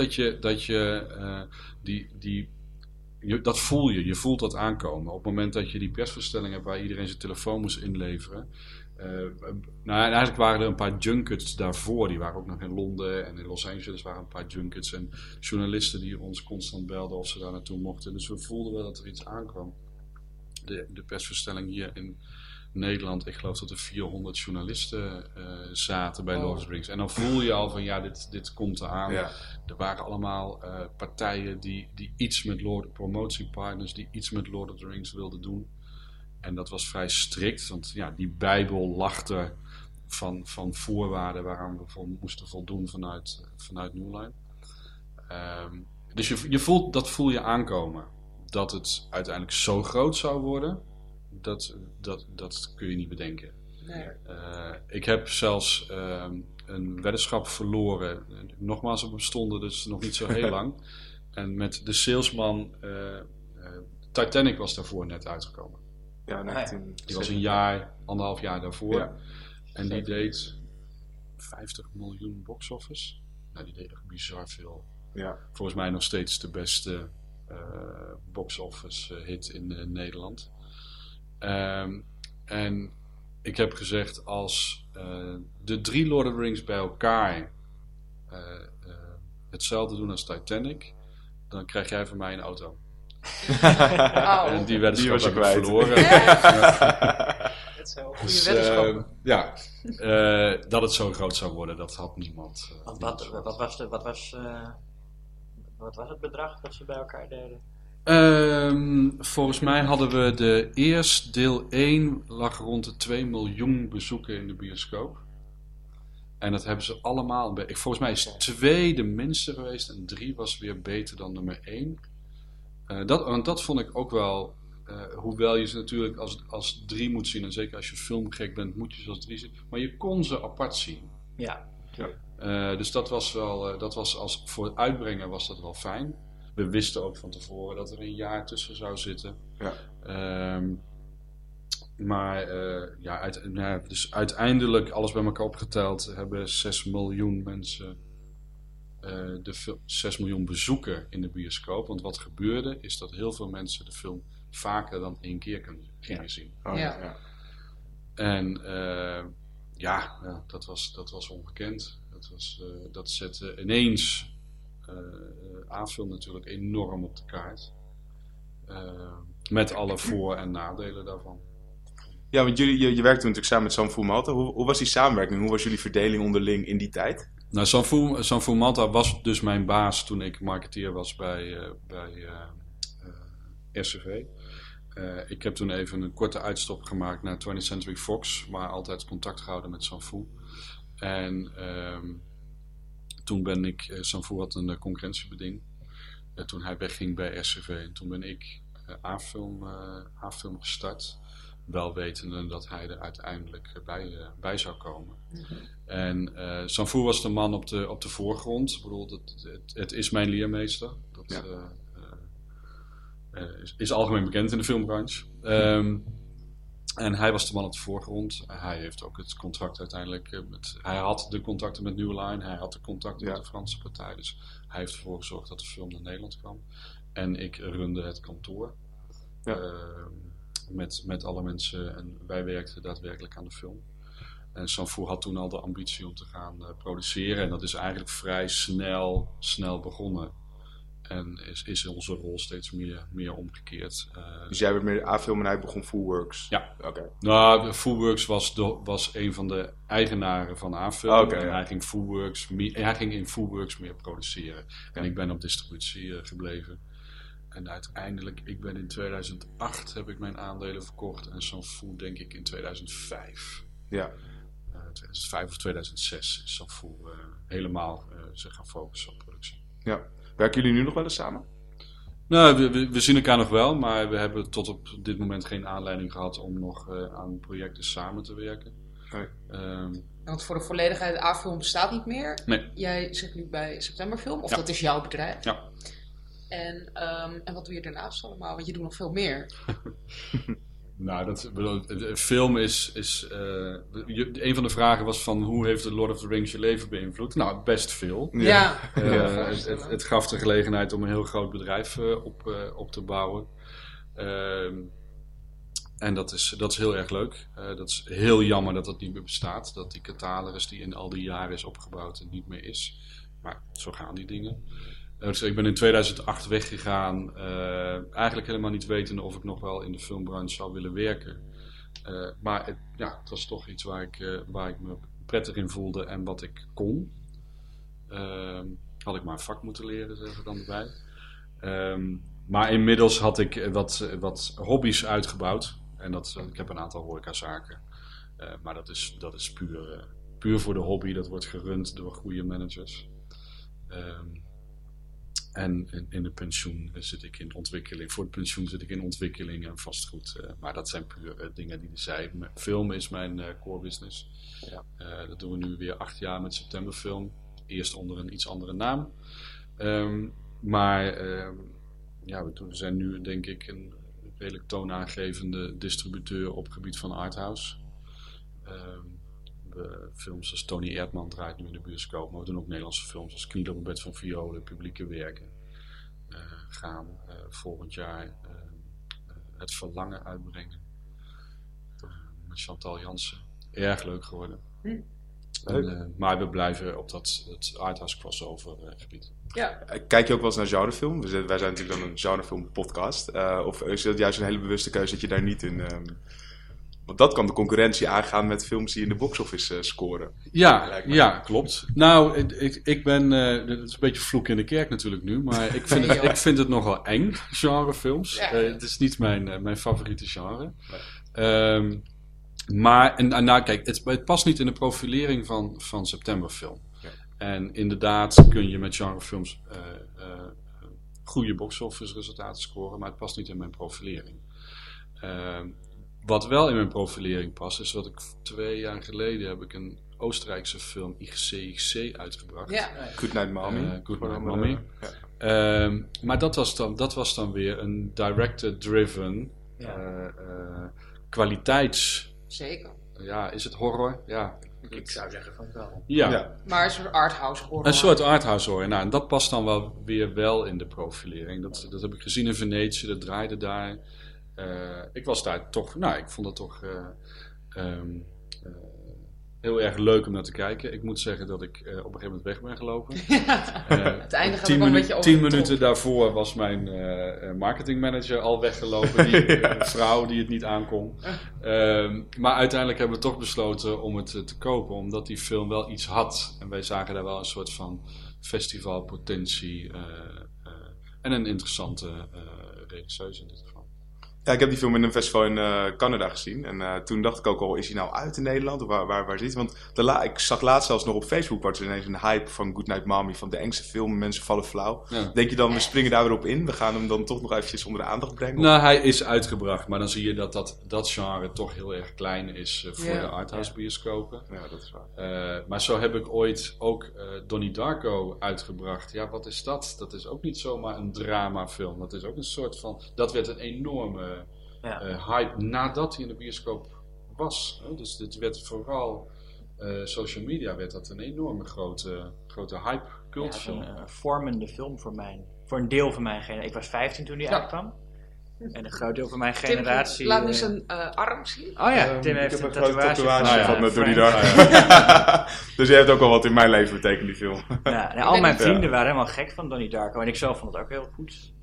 dat voel je voelt dat aankomen. Op het moment dat je die persverstelling hebt waar iedereen zijn telefoon moest inleveren. Eigenlijk waren er een paar junkets daarvoor. Die waren ook nog in Londen en in Los Angeles waren een paar junkets. En journalisten die ons constant belden of ze daar naartoe mochten. Dus we voelden wel dat er iets aankwam. De persverstelling hier in Nederland. Ik geloof dat er 400 journalisten zaten bij Lord of the Rings. En dan voel je al van dit komt eraan. Ja. Er waren allemaal partijen die iets met promotiepartners die iets met Lord of the Rings wilden doen. En dat was vrij strikt, want die Bijbel lag er van voorwaarden waaraan we moesten voldoen vanuit New Line. Dus dat voel je aankomen. Dat het uiteindelijk zo groot zou worden, dat kun je niet bedenken. Nee. Ik heb zelfs een weddenschap verloren. Nogmaals, we bestonden dus nog niet zo heel lang. En met de salesman, Titanic was daarvoor net uitgekomen. Ja, die was 1,5 jaar daarvoor. Ja. En die deed 50 miljoen box-office. Die deed echt bizar veel. Ja. Volgens mij nog steeds de beste box-office hit in Nederland. En ik heb gezegd, als de 3 Lord of the Rings bij elkaar hetzelfde doen als Titanic, dan krijg jij van mij een auto. En die weddenschap heb ik verloren. Dat is wel goede weddenschap. Dat het zo groot zou worden, dat had niemand. Wat was het bedrag dat ze bij elkaar deden? Volgens mij hadden we deel 1 lag rond de 2 miljoen bezoeken in de bioscoop. En dat hebben ze allemaal... Volgens mij is 2 de minste geweest en 3 was weer beter dan nummer 1. Want dat vond ik ook wel... hoewel je ze natuurlijk als 3 moet zien, en zeker als je filmgek bent, moet je ze als 3 zien. Maar je kon ze apart zien. Ja. Dus dat was wel... voor het uitbrengen was dat wel fijn. We wisten ook van tevoren dat er een jaar tussen zou zitten. Ja. Dus uiteindelijk, alles bij elkaar opgeteld, hebben 6 miljoen mensen 6 miljoen bezoeken in de bioscoop. Want wat gebeurde, is dat heel veel mensen de film vaker dan 1 keer gingen zien. Oh, ja. En dat was ongekend. Dat zette ineens A-film natuurlijk enorm op de kaart. Met alle voor- en nadelen daarvan. Ja, want je werkte natuurlijk samen met Sam Fullmalta. Hoe was die samenwerking? Hoe was jullie verdeling onderling in die tijd? Nou, Sam Fullmalta was dus mijn baas toen ik marketeer was bij RCV. Ik heb toen even een korte uitstap gemaakt naar 20th Century Fox, maar altijd contact gehouden met Sam Fu. En toen ben ik, Sam Fu had een concurrentiebeding. Toen hij wegging bij RCV. En toen ben ik A-film gestart. Wel wetende dat hij er uiteindelijk bij zou komen. Mm-hmm. En Sam Fu was de man op de voorgrond. Ik bedoel, het is mijn leermeester. Dat is algemeen bekend in de filmbranche. En hij was de man op de voorgrond. Hij heeft ook het contract uiteindelijk hij had de contacten met New Line. Hij had de contacten met de Franse partij. Dus hij heeft ervoor gezorgd dat de film naar Nederland kwam. En ik runde het kantoor. Ja. Met alle mensen. En wij werkten daadwerkelijk aan de film. En Sam Fu had toen al de ambitie om te gaan produceren. En dat is eigenlijk vrij snel begonnen. En is onze rol steeds meer omgekeerd. Dus jij werd meer A-film en hij begon Fullworks? Ja. Okay. Nou, Fullworks was een van de eigenaren van A-film. Okay, en hij ging in Fullworks meer produceren. Ja. En ik ben op distributie gebleven. En uiteindelijk, ik ben in 2008 heb ik mijn aandelen verkocht. En Sam Fu denk ik in 2005. Ja. 2005 of 2006 is Sam Fu helemaal zich gaan focussen op productie. Ja. Werken jullie nu nog wel eens samen? Nou, we zien elkaar nog wel, maar we hebben tot op dit moment geen aanleiding gehad om nog aan projecten samen te werken. Nee. Want voor de volledigheid, A-film bestaat niet meer. Nee. Jij zit nu bij Septemberfilm, of ja. Dat is jouw bedrijf. Ja. En wat doe je daarnaast allemaal? Want je doet nog veel meer. Nou, film is een van de vragen was van hoe heeft The Lord of the Rings je leven beïnvloed? Nou, best veel. Ja. Het gaf de gelegenheid om een heel groot bedrijf op te bouwen. En dat is heel erg leuk. Dat is heel jammer dat dat niet meer bestaat. Dat die catalogus die in al die jaren is opgebouwd niet meer is. Maar zo gaan die dingen. Dus ik ben in 2008 weggegaan, eigenlijk helemaal niet wetende of ik nog wel in de filmbranche zou willen werken. Maar het was toch iets waar ik me prettig in voelde en wat ik kon. Had ik maar een vak moeten leren, zeg ik dan erbij. Maar inmiddels had ik wat hobby's uitgebouwd. En ik heb een aantal horecazaken. Maar dat is puur voor de hobby. Dat wordt gerund door goede managers. En in de pensioen zit ik in ontwikkeling. Voor het pensioen zit ik in ontwikkeling en vastgoed. Maar dat zijn puur dingen die er zijn. Film is mijn core business. Ja. Dat doen we nu weer 8 jaar met Septemberfilm. Eerst onder een iets andere naam. We zijn nu denk ik een redelijk toonaangevende distributeur op het gebied van arthouse. Films als Tony Erdmann draait nu in de bioscoop, maar we doen ook Nederlandse films als Knielen op een bed van violen, publieke werken. Gaan volgend jaar Het Verlangen uitbrengen. Met Chantal Jansen. Erg leuk geworden. Maar we blijven op het arthouse crossover gebied. Ja. Kijk je ook wel eens naar genrefilm? Wij zijn natuurlijk dan een genrefilm podcast. Of is dat juist een hele bewuste keuze dat je daar niet in... Want dat kan de concurrentie aangaan met films die in de box-office scoren. Ja, klopt. Nou, ik ben... het is een beetje vloek in de kerk natuurlijk nu. Maar ik vind het nogal eng, genrefilms. Ja. Het is niet mijn favoriete genre. Maar, nou kijk, het past niet in de profilering van septemberfilm. Ja. En inderdaad kun je met genrefilms goede box-office resultaten scoren. Maar het past niet in mijn profilering. Wat wel in mijn profilering past, is dat ik 2 jaar geleden heb ik een Oostenrijkse film IGC uitgebracht. Ja. Good Night Mommy. Good Night Mommy. Ja. Maar dat was dan weer een director-driven kwaliteits... Zeker. Ja, is het horror? Ja. Ik zou zeggen van wel. Ja. Maar een soort arthouse horror. Een soort arthouse horror. Nou, en dat past dan wel weer wel in de profilering. Dat heb ik gezien in Venetië, dat draaide daar. Ik was daar toch, ik vond het toch heel erg leuk om naar te kijken. Ik moet zeggen dat ik op een gegeven moment weg ben gelopen. Het einde gaat wel een beetje over 10 minuten daarvoor was mijn marketingmanager al weggelopen. Een vrouw die het niet aankon. Maar uiteindelijk hebben we toch besloten om het te kopen. Omdat die film wel iets had. En wij zagen daar wel een soort van festivalpotentie. En een interessante regisseuse in dit geval. Ja, ik heb die film in een festival in Canada gezien. En toen dacht ik ook al, is hij nou uit in Nederland? Of waar zit hij? Want ik zag laatst zelfs nog op Facebook, waar er ineens een hype van Good Night Mommy, van de engste film, mensen vallen flauw. Ja. Denk je dan, we springen daar weer op in? We gaan hem dan toch nog eventjes onder de aandacht brengen? Nou, hij is uitgebracht, maar dan zie je dat genre toch heel erg klein is voor de arthouse bioscopen. Ja, dat is waar. Maar zo heb ik ooit ook Donnie Darko uitgebracht. Ja, wat is dat? Dat is ook niet zomaar een dramafilm. Dat is ook een soort van... Dat werd een enorme hype nadat hij in de bioscoop was. Dus dit werd vooral... social media werd dat een enorme grote hype cultfilm. Ja, een vormende film voor een deel van mijn generatie. Ik was 15 toen die uitkwam. En een groot deel van mijn generatie... Tim, laat me zijn arm zien. Oh ja, Tim heeft een tatoeage van Donnie Darko. Dus je hebt ook wel wat in mijn leven betekend, die film. Ja, al mijn vrienden waren helemaal gek van Donnie Darko. En ik zelf vond het ook heel goed.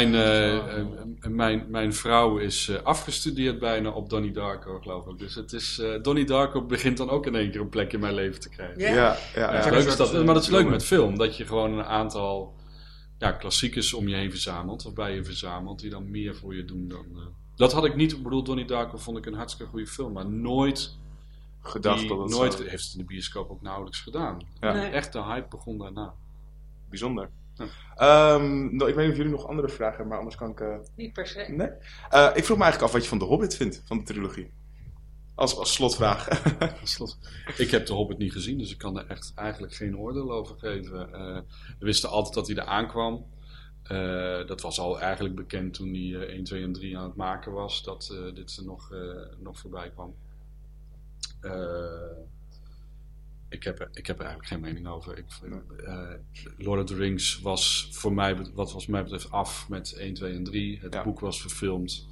Mijn vrouw is afgestudeerd bijna op Donnie Darko, geloof ik. Dus het is, Donnie Darko begint dan ook in één keer een plek in mijn leven te krijgen. Ja. Leuk is dat, maar dat is leuk met film. Dat je gewoon een aantal klassiekers om je heen verzamelt. Of bij je verzamelt. Die dan meer voor je doen dan... Dat had ik niet. Ik bedoel, Donnie Darko vond ik een hartstikke goede film. Maar nooit gedacht dat het nooit zo... heeft het in de bioscoop ook nauwelijks gedaan. Ja. Nee. Echt de hype begon daarna. Bijzonder. Ja. Ik weet niet of jullie nog andere vragen hebben, maar anders kan ik... Niet per se. Nee? Ik vroeg me eigenlijk af wat je van The Hobbit vindt, van de trilogie. Als slotvraag. Ik heb The Hobbit niet gezien, dus ik kan er echt eigenlijk geen oordeel over geven. We wisten altijd dat hij er aankwam. Dat was al eigenlijk bekend toen hij 1, 2 en 3 aan het maken was, dat dit er nog voorbij kwam. Ik heb er eigenlijk geen mening over. Lord of the Rings was voor mij, wat mij betreft, af met 1, 2 en 3. Het boek was verfilmd.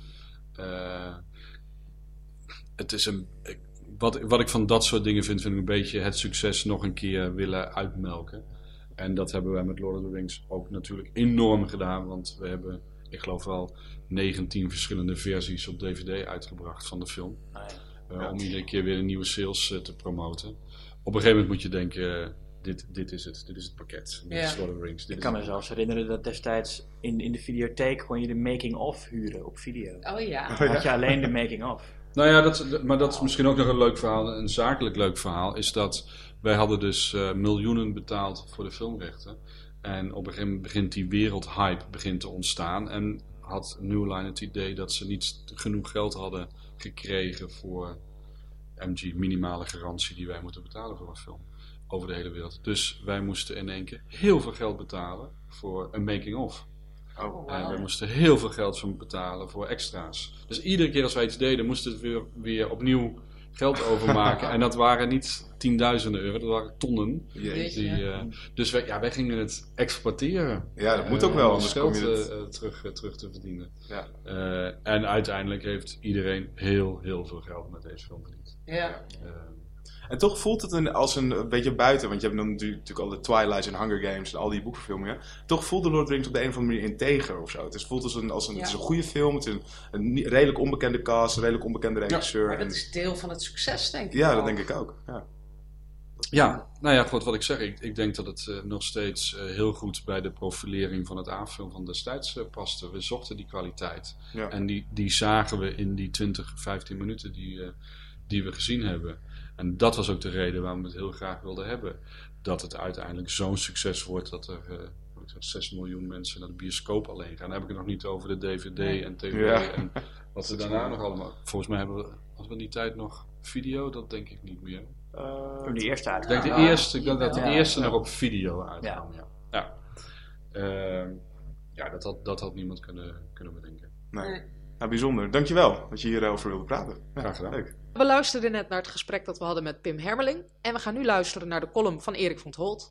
Het is wat ik van dat soort dingen vind ik een beetje het succes nog een keer willen uitmelken. En dat hebben wij met Lord of the Rings ook natuurlijk enorm gedaan. Want we hebben, ik geloof wel, 19 verschillende versies op DVD uitgebracht van de film. Om iedere keer weer een nieuwe sales te promoten. Op een gegeven moment moet je denken, dit is het pakket. Dit is Lord of the Rings. Ik kan me zelfs herinneren dat destijds in de videotheek kon je de making-of huren op video. Oh ja. Dan had je alleen de making-of. Nou ja, maar dat is misschien ook nog een leuk verhaal. Een zakelijk leuk verhaal is dat wij hadden dus miljoenen betaald voor de filmrechten. En op een gegeven moment begint die wereldhype te ontstaan. En had New Line het idee dat ze niet genoeg geld hadden gekregen voor MG, minimale garantie die wij moeten betalen voor een film over de hele wereld. Dus wij moesten in één keer heel veel geld betalen voor een making-of. En we moesten heel veel geld betalen voor extra's. Dus iedere keer als wij iets deden, moesten we weer opnieuw geld overmaken. En dat waren niet tienduizenden euro, dat waren tonnen. Dus wij gingen het exporteren. Ja, dat moet ook wel, om geld terug te verdienen. Ja. En uiteindelijk heeft iedereen heel veel geld met deze film verdiend. Ja. En toch voelt het als een beetje buiten, want je hebt dan natuurlijk al de Twilight en Hunger Games en al die boekverfilmingen. Toch voelt de Lord of the Rings op de een of andere manier integer of zo. Het voelt het is een goede film, het is een redelijk onbekende cast, een redelijk onbekende regisseur. Maar dat is deel van het succes, denk ik. Ja, dat denk ik ook. Ja, nou ja, goed, wat ik zeg. Ik denk dat het nog steeds heel goed bij de profilering van het A-film van destijds paste. We zochten die kwaliteit. Ja. En die zagen we in die 20-15 minuten die we gezien hebben. En dat was ook de reden waarom we het heel graag wilden hebben. Dat het uiteindelijk zo'n succes wordt dat er 6 miljoen mensen naar de bioscoop alleen gaan. Dan heb ik het nog niet over de DVD en TV en wat we daarna nog allemaal... Volgens mij hadden we in die tijd nog video, dat denk ik niet meer. Toen de eerste Ik denk dat de eerste nog op video uitkwam. Dat had niemand kunnen bedenken. Nee. Nou, bijzonder. Dankjewel dat je hierover wilde praten. Ja, graag gedaan. Leuk. We luisterden net naar het gesprek dat we hadden met Pim Hermeling. En we gaan nu luisteren naar de column van Erik van 't Holt.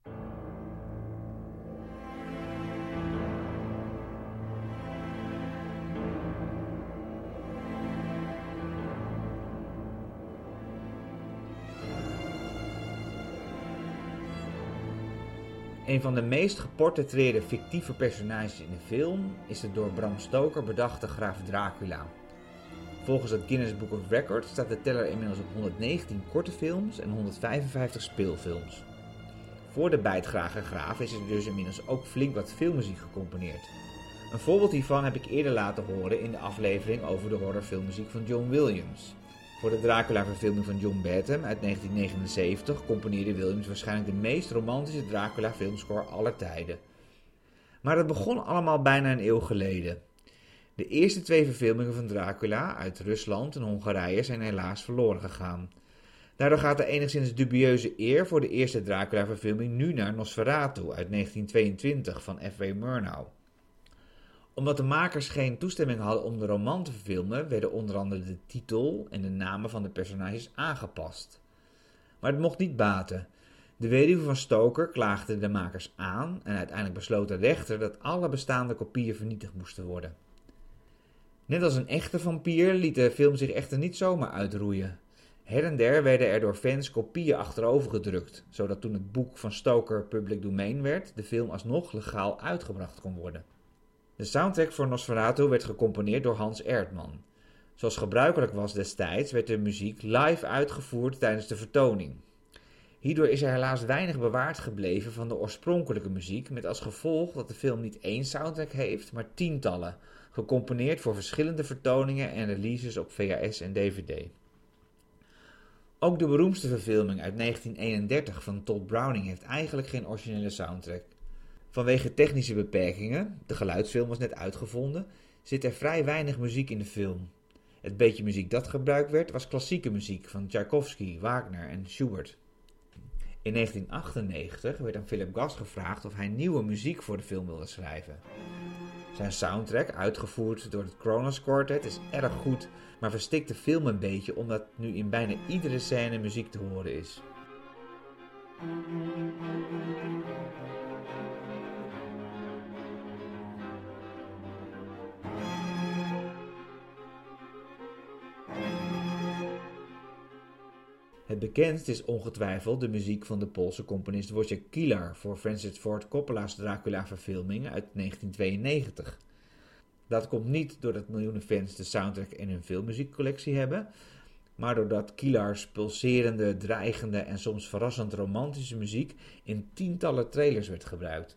Een van de meest geportretteerde fictieve personages in de film is de door Bram Stoker bedachte graaf Dracula. Volgens het Guinness Book of Records staat de teller inmiddels op 119 korte films en 155 speelfilms. Voor de bijtgrage graaf is er dus inmiddels ook flink wat filmmuziek gecomponeerd. Een voorbeeld hiervan heb ik eerder laten horen in de aflevering over de horrorfilmmuziek van John Williams. Voor de Dracula-verfilming van John Badham uit 1979 componeerde Williams waarschijnlijk de meest romantische Dracula-filmscore aller tijden. Maar het begon allemaal bijna een eeuw geleden. De eerste 2 verfilmingen van Dracula uit Rusland en Hongarije zijn helaas verloren gegaan. Daardoor gaat de enigszins dubieuze eer voor de eerste Dracula-verfilming nu naar Nosferatu uit 1922 van F.W. Murnau. Omdat de makers geen toestemming hadden om de roman te verfilmen, werden onder andere de titel en de namen van de personages aangepast. Maar het mocht niet baten. De weduwe van Stoker klaagde de makers aan en uiteindelijk besloot de rechter dat alle bestaande kopieën vernietigd moesten worden. Net als een echte vampier liet de film zich echter niet zomaar uitroeien. Her en der werden er door fans kopieën achterover gedrukt, zodat toen het boek van Stoker public domein werd, de film alsnog legaal uitgebracht kon worden. De soundtrack voor Nosferatu werd gecomponeerd door Hans Erdmann. Zoals gebruikelijk was destijds werd de muziek live uitgevoerd tijdens de vertoning. Hierdoor is er helaas weinig bewaard gebleven van de oorspronkelijke muziek, met als gevolg dat de film niet 1 soundtrack heeft, maar tientallen, gecomponeerd voor verschillende vertoningen en releases op VHS en DVD. Ook de beroemdste verfilming uit 1931 van Todd Browning heeft eigenlijk geen originele soundtrack. Vanwege technische beperkingen, de geluidsfilm was net uitgevonden, zit er vrij weinig muziek in de film. Het beetje muziek dat gebruikt werd was klassieke muziek van Tchaikovsky, Wagner en Schubert. In 1998 werd aan Philip Glass gevraagd of hij nieuwe muziek voor de film wilde schrijven. Zijn soundtrack, uitgevoerd door het Kronos Quartet, is erg goed, maar verstikt de film een beetje omdat nu in bijna iedere scène muziek te horen is. Het bekendst is ongetwijfeld de muziek van de Poolse componist Wojciech Kilar voor Francis Ford Coppola's Dracula-verfilming uit 1992. Dat komt niet doordat miljoenen fans de soundtrack in hun filmmuziekcollectie hebben, maar doordat Kilars pulserende, dreigende en soms verrassend romantische muziek in tientallen trailers werd gebruikt.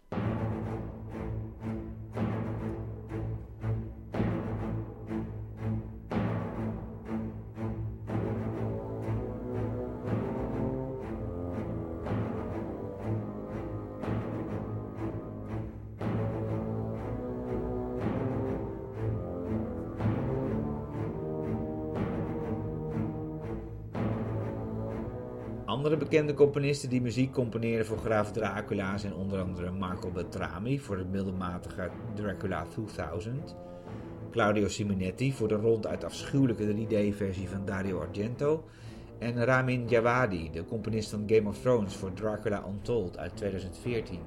Andere bekende componisten die muziek componeren voor Graaf Dracula zijn onder andere Marco Beltrami voor het middelmatige Dracula 2000, Claudio Simonetti voor de ronduit afschuwelijke 3D-versie van Dario Argento en Ramin Djawadi, de componist van Game of Thrones voor Dracula Untold uit 2014.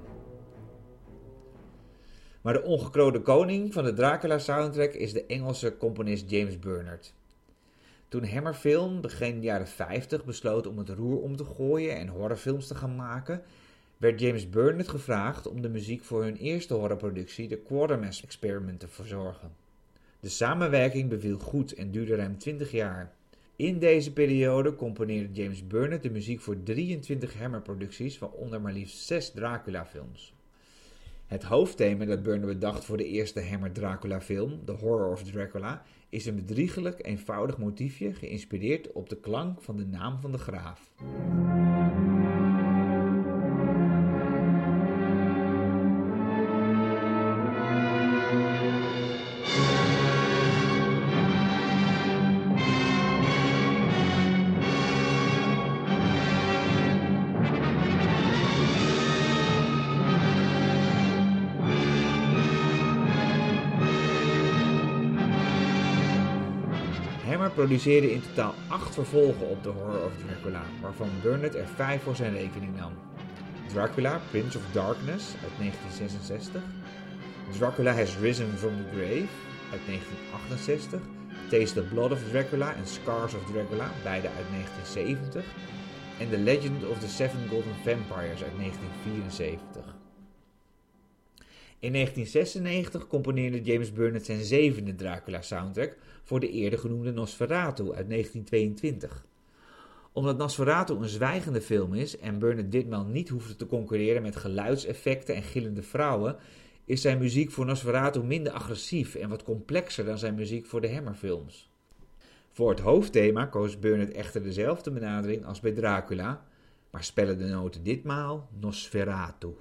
Maar de ongekroonde koning van de Dracula-soundtrack is de Engelse componist James Bernard. Toen Hammer Film begin jaren 50 besloot om het roer om te gooien en horrorfilms te gaan maken, werd James Burnett gevraagd om de muziek voor hun eerste horrorproductie, The Quatermass Experiment, te verzorgen. De samenwerking beviel goed en duurde ruim 20 jaar. In deze periode componeerde James Burnett de muziek voor 23 Hammer-producties, waaronder maar liefst 6 Dracula-films. Het hoofdthema dat Burnett bedacht voor de eerste Hammer Dracula-film, The Horror of Dracula, is een bedriegelijk eenvoudig motiefje geïnspireerd op de klank van de naam van de graaf. Hammer produceerde in totaal 8 vervolgen op The Horror of Dracula, waarvan Burnett er 5 voor zijn rekening nam. Dracula, Prince of Darkness uit 1966, Dracula Has Risen from the Grave uit 1968, Taste the Blood of Dracula en Scars of Dracula, beide uit 1970, en The Legend of the Seven Golden Vampires uit 1974. In 1996 componeerde James Burnett zijn 7e Dracula-soundtrack voor de eerder genoemde Nosferatu uit 1922. Omdat Nosferatu een zwijgende film is en Burnett ditmaal niet hoefde te concurreren met geluidseffecten en gillende vrouwen, is zijn muziek voor Nosferatu minder agressief en wat complexer dan zijn muziek voor de Hammerfilms. Voor het hoofdthema koos Burnett echter dezelfde benadering als bij Dracula, maar spellen de noten ditmaal Nosferatu.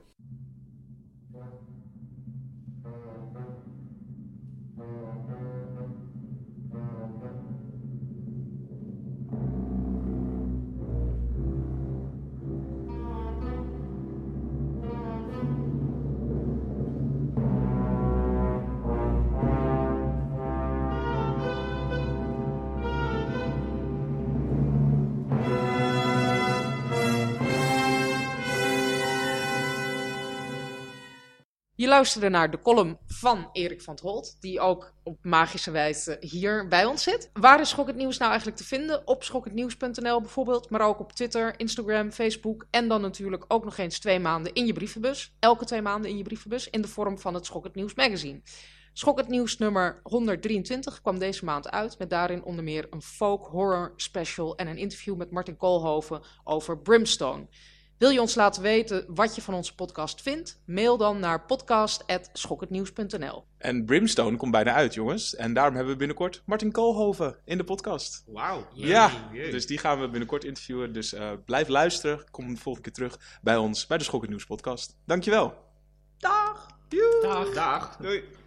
Je luisterde naar de column van Erik van 't Holt, die ook op magische wijze hier bij ons zit. Waar is Schok het Nieuws nou eigenlijk te vinden? Op schokhetnieuws.nl bijvoorbeeld, maar ook op Twitter, Instagram, Facebook en dan natuurlijk ook nog eens 2 maanden in je brievenbus. Elke 2 maanden in je brievenbus in de vorm van het Schok het Nieuws magazine. Schok het Nieuws nummer 123 kwam deze maand uit met daarin onder meer een folk horror special en een interview met Martin Koolhoven over Brimstone. Wil je ons laten weten wat je van onze podcast vindt? Mail dan naar podcast@schokhetnieuws.nl. En Brimstone komt bijna uit, jongens. En daarom hebben we binnenkort Martin Koolhoven in de podcast. Wauw. Ja, dus die gaan we binnenkort interviewen. Dus blijf luisteren. Kom de volgende keer terug bij ons, bij de Schok het Nieuws podcast. Dankjewel. Dag. Dag. Doei.